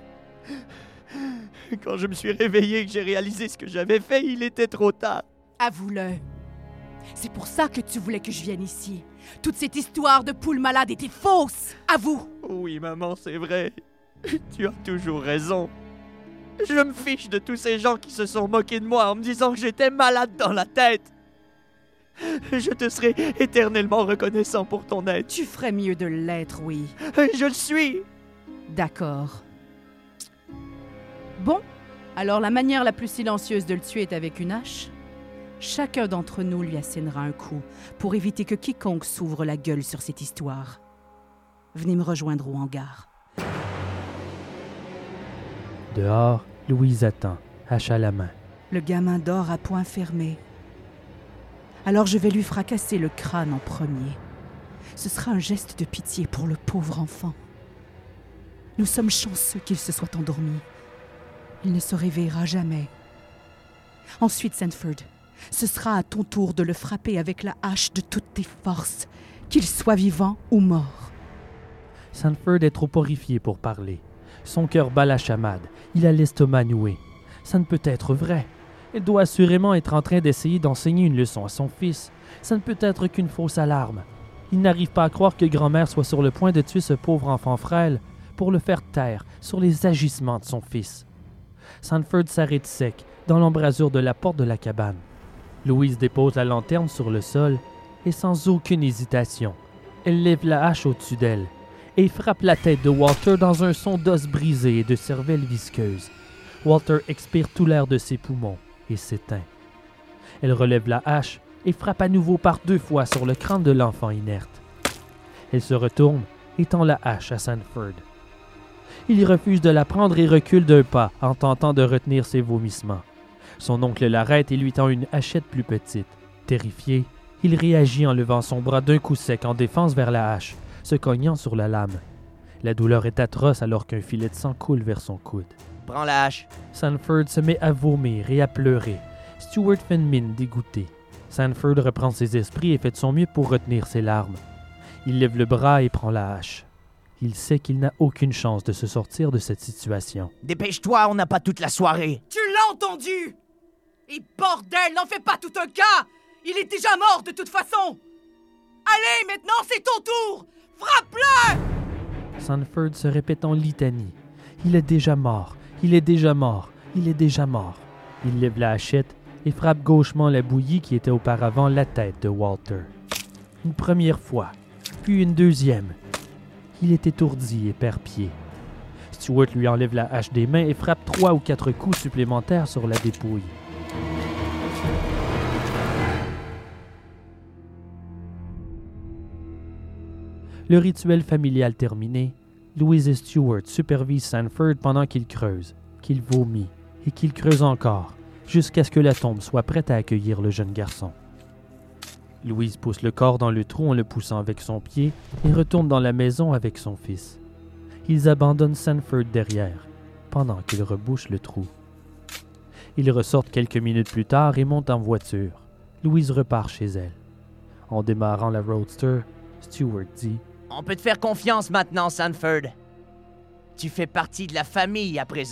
Quand je me suis réveillé et que j'ai réalisé ce que j'avais fait, il était trop tard. Avoue-le. C'est pour ça que tu voulais que je vienne ici. Toute cette histoire de poule malade était fausse. Avoue. Oui, maman, c'est vrai. Tu as toujours raison. Je me fiche de tous ces gens qui se sont moqués de moi en me disant que j'étais malade dans la tête. Je te serai éternellement reconnaissant pour ton aide. Tu ferais mieux de l'être, oui. Je le suis. D'accord. Bon, alors la manière la plus silencieuse de le tuer est avec une hache. Chacun d'entre nous lui assénera un coup pour éviter que quiconque s'ouvre la gueule sur cette histoire. Venez me rejoindre au hangar. Dehors, Louise attend, hache à la main. Le gamin dort à poing fermé. Alors je vais lui fracasser le crâne en premier. Ce sera un geste de pitié pour le pauvre enfant. Nous sommes chanceux qu'il se soit endormi. Il ne se réveillera jamais. Ensuite, Sanford, ce sera à ton tour de le frapper avec la hache de toutes tes forces, qu'il soit vivant ou mort. Sanford est trop horrifié pour parler. Son cœur bat la chamade. Il a l'estomac noué. Ça ne peut être vrai. Elle doit assurément être en train d'essayer d'enseigner une leçon à son fils. Ça ne peut être qu'une fausse alarme. Il n'arrive pas à croire que grand-mère soit sur le point de tuer ce pauvre enfant frêle pour le faire taire sur les agissements de son fils. Sanford s'arrête sec dans l'embrasure de la porte de la cabane. Louise dépose la lanterne sur le sol et sans aucune hésitation, elle lève la hache au-dessus d'elle et frappe la tête de Walter dans un son d'os brisé et de cervelle visqueuse. Walter expire tout l'air de ses poumons et s'éteint. Elle relève la hache et frappe à nouveau par deux fois sur le crâne de l'enfant inerte. Elle se retourne et tend la hache à Sanford. Il refuse de la prendre et recule d'un pas en tentant de retenir ses vomissements. Son oncle l'arrête et lui tend une hachette plus petite. Terrifié, il réagit en levant son bras d'un coup sec en défense vers la hache, se cognant sur la lame. La douleur est atroce alors qu'un filet de sang coule vers son coude. Prends la hache. Sanford se met à vomir et à pleurer. Stewart fait une mine dégoûtée. Sanford reprend ses esprits et fait de son mieux pour retenir ses larmes. Il lève le bras et prend la hache. Il sait qu'il n'a aucune chance de se sortir de cette situation. Dépêche-toi, on n'a pas toute la soirée. Tu l'as entendu? Et bordel, n'en fais pas tout un cas! Il est déjà mort de toute façon! Allez, maintenant c'est ton tour! Frappe-le! Sanford se répète en litanie. Il est déjà mort, il est déjà mort, il est déjà mort. Il lève la hachette et frappe gauchement la bouillie qui était auparavant la tête de Walter. Une première fois, puis une deuxième. Il est étourdi et perd pied. Stewart lui enlève la hache des mains et frappe trois ou quatre coups supplémentaires sur la dépouille. Le rituel familial terminé, Louise et Stewart supervisent Sanford pendant qu'il creuse, qu'il vomit et qu'il creuse encore, jusqu'à ce que la tombe soit prête à accueillir le jeune garçon. Louise pousse le corps dans le trou en le poussant avec son pied et retourne dans la maison avec son fils. Ils abandonnent Sanford derrière, pendant qu'ils rebouchent le trou. Ils ressortent quelques minutes plus tard et montent en voiture. Louise repart chez elle. En démarrant la Roadster, Stewart dit « On peut te faire confiance maintenant, Sanford. Tu fais partie de la famille à présent. »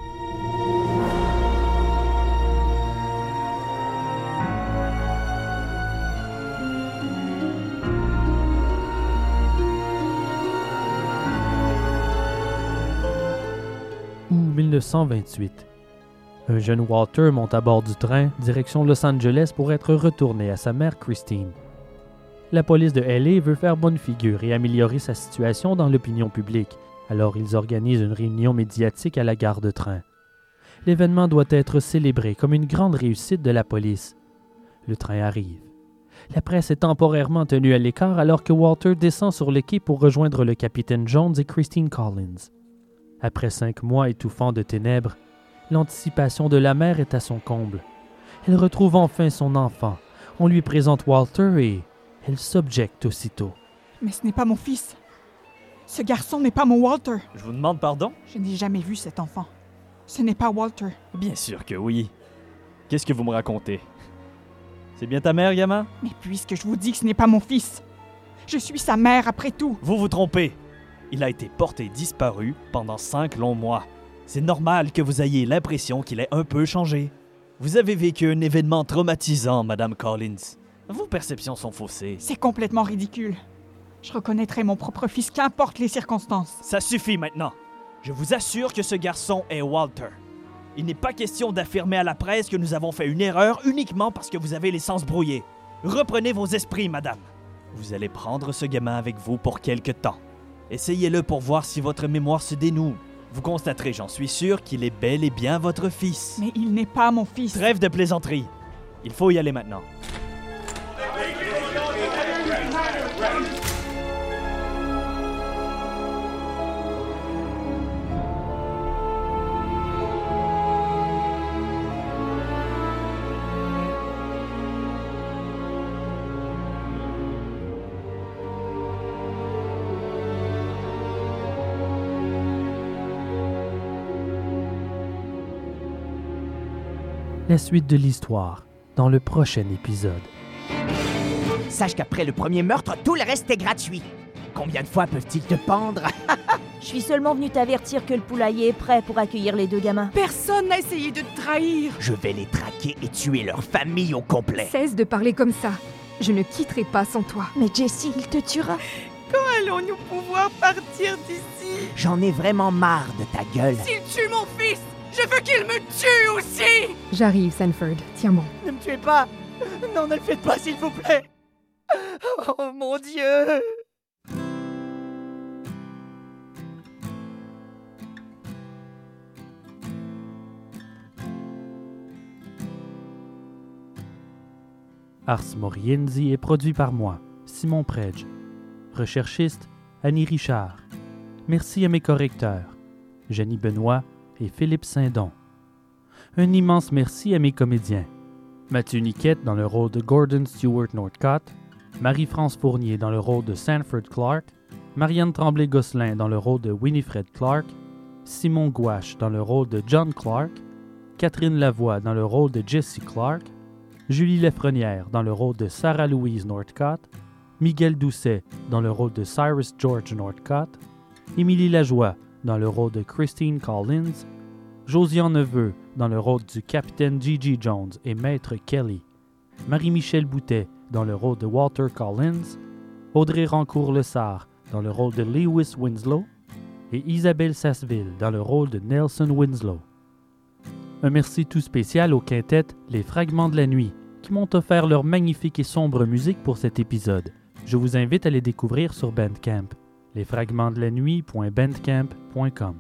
mille neuf cent vingt-huit. Un jeune Walter monte à bord du train, direction Los Angeles pour être retourné à sa mère Christine. La police de L A veut faire bonne figure et améliorer sa situation dans l'opinion publique, alors ils organisent une réunion médiatique à la gare de train. L'événement doit être célébré comme une grande réussite de la police. Le train arrive. La presse est temporairement tenue à l'écart alors que Walter descend sur le quai pour rejoindre le capitaine Jones et Christine Collins. Après cinq mois étouffants de ténèbres, l'anticipation de la mère est à son comble. Elle retrouve enfin son enfant. On lui présente Walter et elle s'objecte aussitôt. Mais ce n'est pas mon fils. Ce garçon n'est pas mon Walter. Je vous demande pardon? Je n'ai jamais vu cet enfant. Ce n'est pas Walter. Bien sûr que oui. Qu'est-ce que vous me racontez? C'est bien ta mère, gamin? Mais puisque je vous dis que ce n'est pas mon fils, je suis sa mère après tout. Vous vous trompez. Il a été porté disparu pendant cinq longs mois. C'est normal que vous ayez l'impression qu'il ait un peu changé. Vous avez vécu un événement traumatisant, Madame Collins. Vos perceptions sont faussées. C'est complètement ridicule. Je reconnaîtrai mon propre fils, qu'importe les circonstances. Ça suffit maintenant. Je vous assure que ce garçon est Walter. Il n'est pas question d'affirmer à la presse que nous avons fait une erreur uniquement parce que vous avez les sens brouillés. Reprenez vos esprits, madame. Vous allez prendre ce gamin avec vous pour quelque temps. Essayez-le pour voir si votre mémoire se dénoue. Vous constaterez, j'en suis sûr, qu'il est bel et bien votre fils. Mais il n'est pas mon fils. Trêve de plaisanterie. Il faut y aller maintenant. La suite de l'histoire, dans le prochain épisode. Sache qu'après le premier meurtre, tout le reste est gratuit. Combien de fois peuvent-ils te pendre? Je suis seulement venu t'avertir que le poulailler est prêt pour accueillir les deux gamins. Personne n'a essayé de te trahir. Je vais les traquer et tuer leur famille au complet. Cesse de parler comme ça. Je ne quitterai pas sans toi. Mais Jessie, il te tuera. Quand allons-nous pouvoir partir d'ici? J'en ai vraiment marre de ta gueule. S'il tue mon fils, je veux qu'il me tue aussi! J'arrive, Sanford. Tiens bon. Ne me tuez pas! Non, ne le faites pas, s'il vous plaît! Oh mon Dieu! Ars Moriendi est produit par moi, Simon Predge. Recherchiste, Annie Richard. Merci à mes correcteurs, Jenny Benoît et Philippe Saint-Don. Un immense merci à mes comédiens. Mathieu Niquette dans le rôle de Gordon Stewart Northcott, Marie-France Fournier dans le rôle de Sanford Clark, Marianne Tremblay-Gosselin dans le rôle de Winifred Clark, Simon Gouache dans le rôle de John Clark, Catherine Lavoie dans le rôle de Jessie Clark, Julie Lafrenière dans le rôle de Sarah Louise Northcott, Miguel Doucet dans le rôle de Cyrus George Northcott, Émilie Lajoie dans le rôle de Christine Collins, Josiane Neveu dans le rôle du capitaine Gigi Jones et Maître Kelly, Marie-Michel Boutet dans le rôle de Walter Collins, Audrey Rancourt-Lessard dans le rôle de Lewis Winslow et Isabelle Sasseville dans le rôle de Nelson Winslow. Un merci tout spécial au quintet Les Fragments de la Nuit, qui m'ont offert leur magnifique et sombre musique pour cet épisode. Je vous invite à les découvrir sur Bandcamp, lesfragmentsdelanuit point bandcamp point com.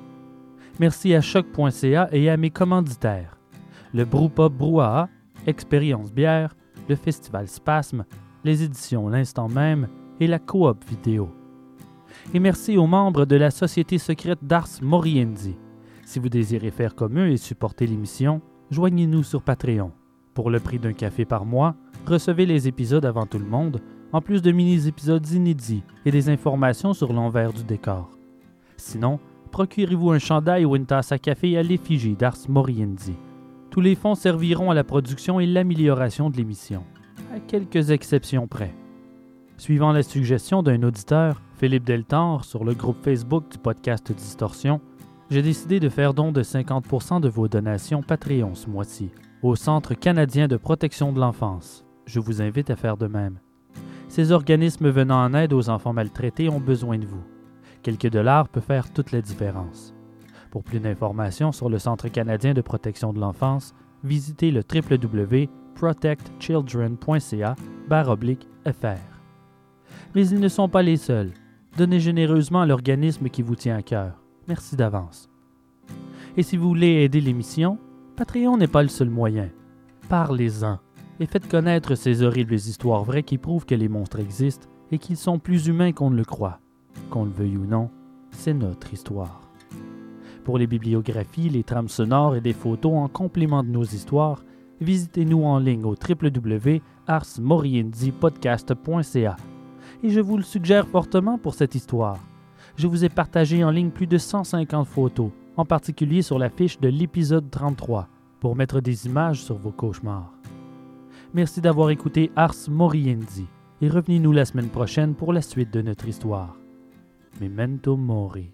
Merci à choc point c a et à mes commanditaires, le Brewpub Brouhaha, Expérience Bière, le Festival Spasme, les éditions L'Instant Même et la Coop Vidéo. Et merci aux membres de la Société secrète d'Ars Moriendi. Si vous désirez faire comme eux et supporter l'émission, joignez-nous sur Patreon. Pour le prix d'un café par mois, recevez les épisodes avant tout le monde, en plus de mini-épisodes inédits et des informations sur l'envers du décor. Sinon, procurez-vous un chandail ou une tasse à café à l'effigie d'Ars Moriendi. Tous les fonds serviront à la production et l'amélioration de l'émission, à quelques exceptions près. Suivant la suggestion d'un auditeur, Philippe Deltore, sur le groupe Facebook du podcast Distorsion, j'ai décidé de faire don de cinquante pour cent de vos donations Patreon ce mois-ci au Centre canadien de protection de l'enfance. Je vous invite à faire de même. Ces organismes venant en aide aux enfants maltraités ont besoin de vous. Quelques dollars peut faire toute la différence. Pour plus d'informations sur le Centre canadien de protection de l'enfance, visitez le w w w point protect children point c a barre oblique f r. Mais ils ne sont pas les seuls. Donnez généreusement à l'organisme qui vous tient à cœur. Merci d'avance. Et si vous voulez aider l'émission, Patreon n'est pas le seul moyen. Parlez-en et faites connaître ces horribles histoires vraies qui prouvent que les monstres existent et qu'ils sont plus humains qu'on ne le croit. Qu'on le veuille ou non, c'est notre histoire. Pour les bibliographies, les trames sonores et des photos en complément de nos histoires, visitez-nous en ligne au w w w point ars moriendi podcast point c a. Et je vous le suggère fortement pour cette histoire. Je vous ai partagé en ligne plus de cent cinquante photos, en particulier sur la fiche de l'épisode trente-trois, pour mettre des images sur vos cauchemars. Merci d'avoir écouté Ars Moriendi, et revenez-nous la semaine prochaine pour la suite de notre histoire. Memento Mori.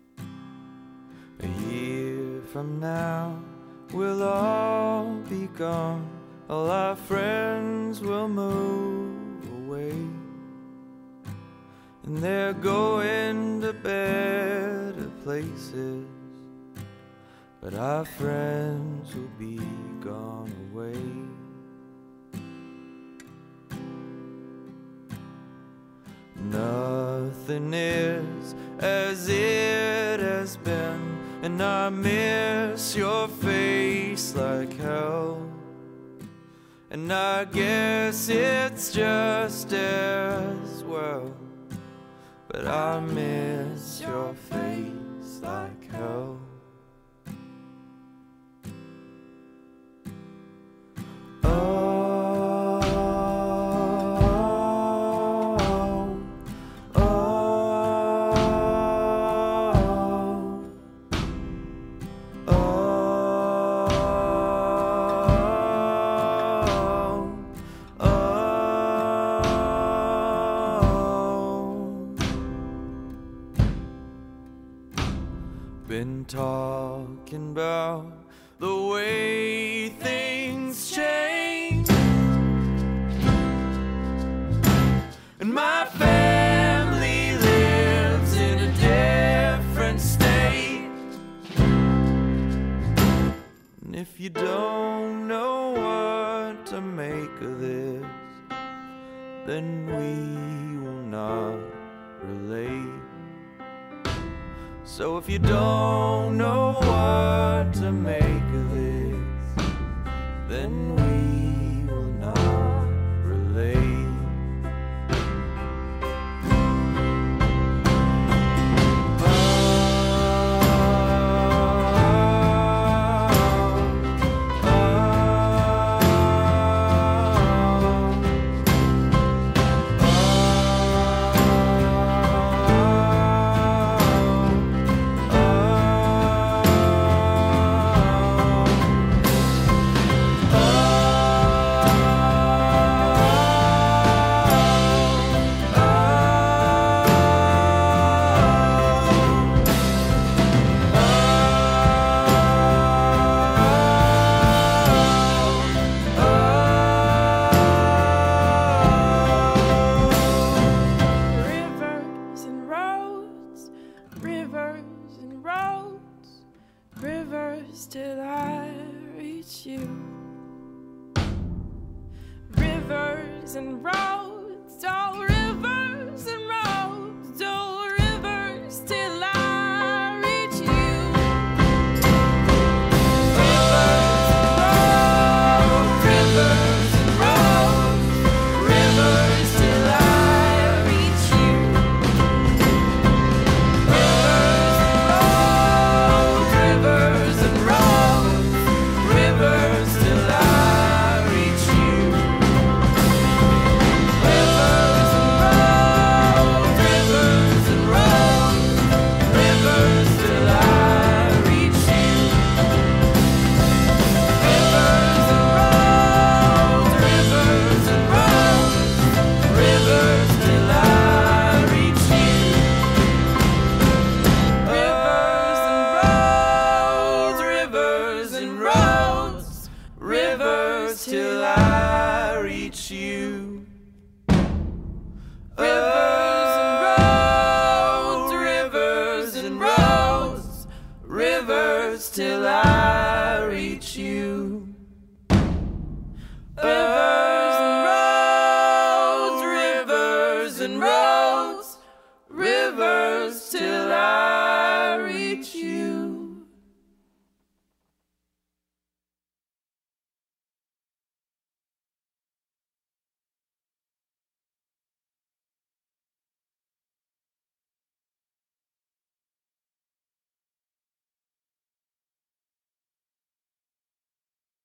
A year from now, we'll all be gone. All our friends will move away. And they're going to better places. But our friends will be gone away. Nothing is as it has been, and I miss your face like hell. And I guess it's just as well, but I miss your face like hell. been talking about the way things change, and my family lives in a different state. And if you don't know what to make of this, then we will not relate. So if you don't know what to make of this, then we will not relate. Till I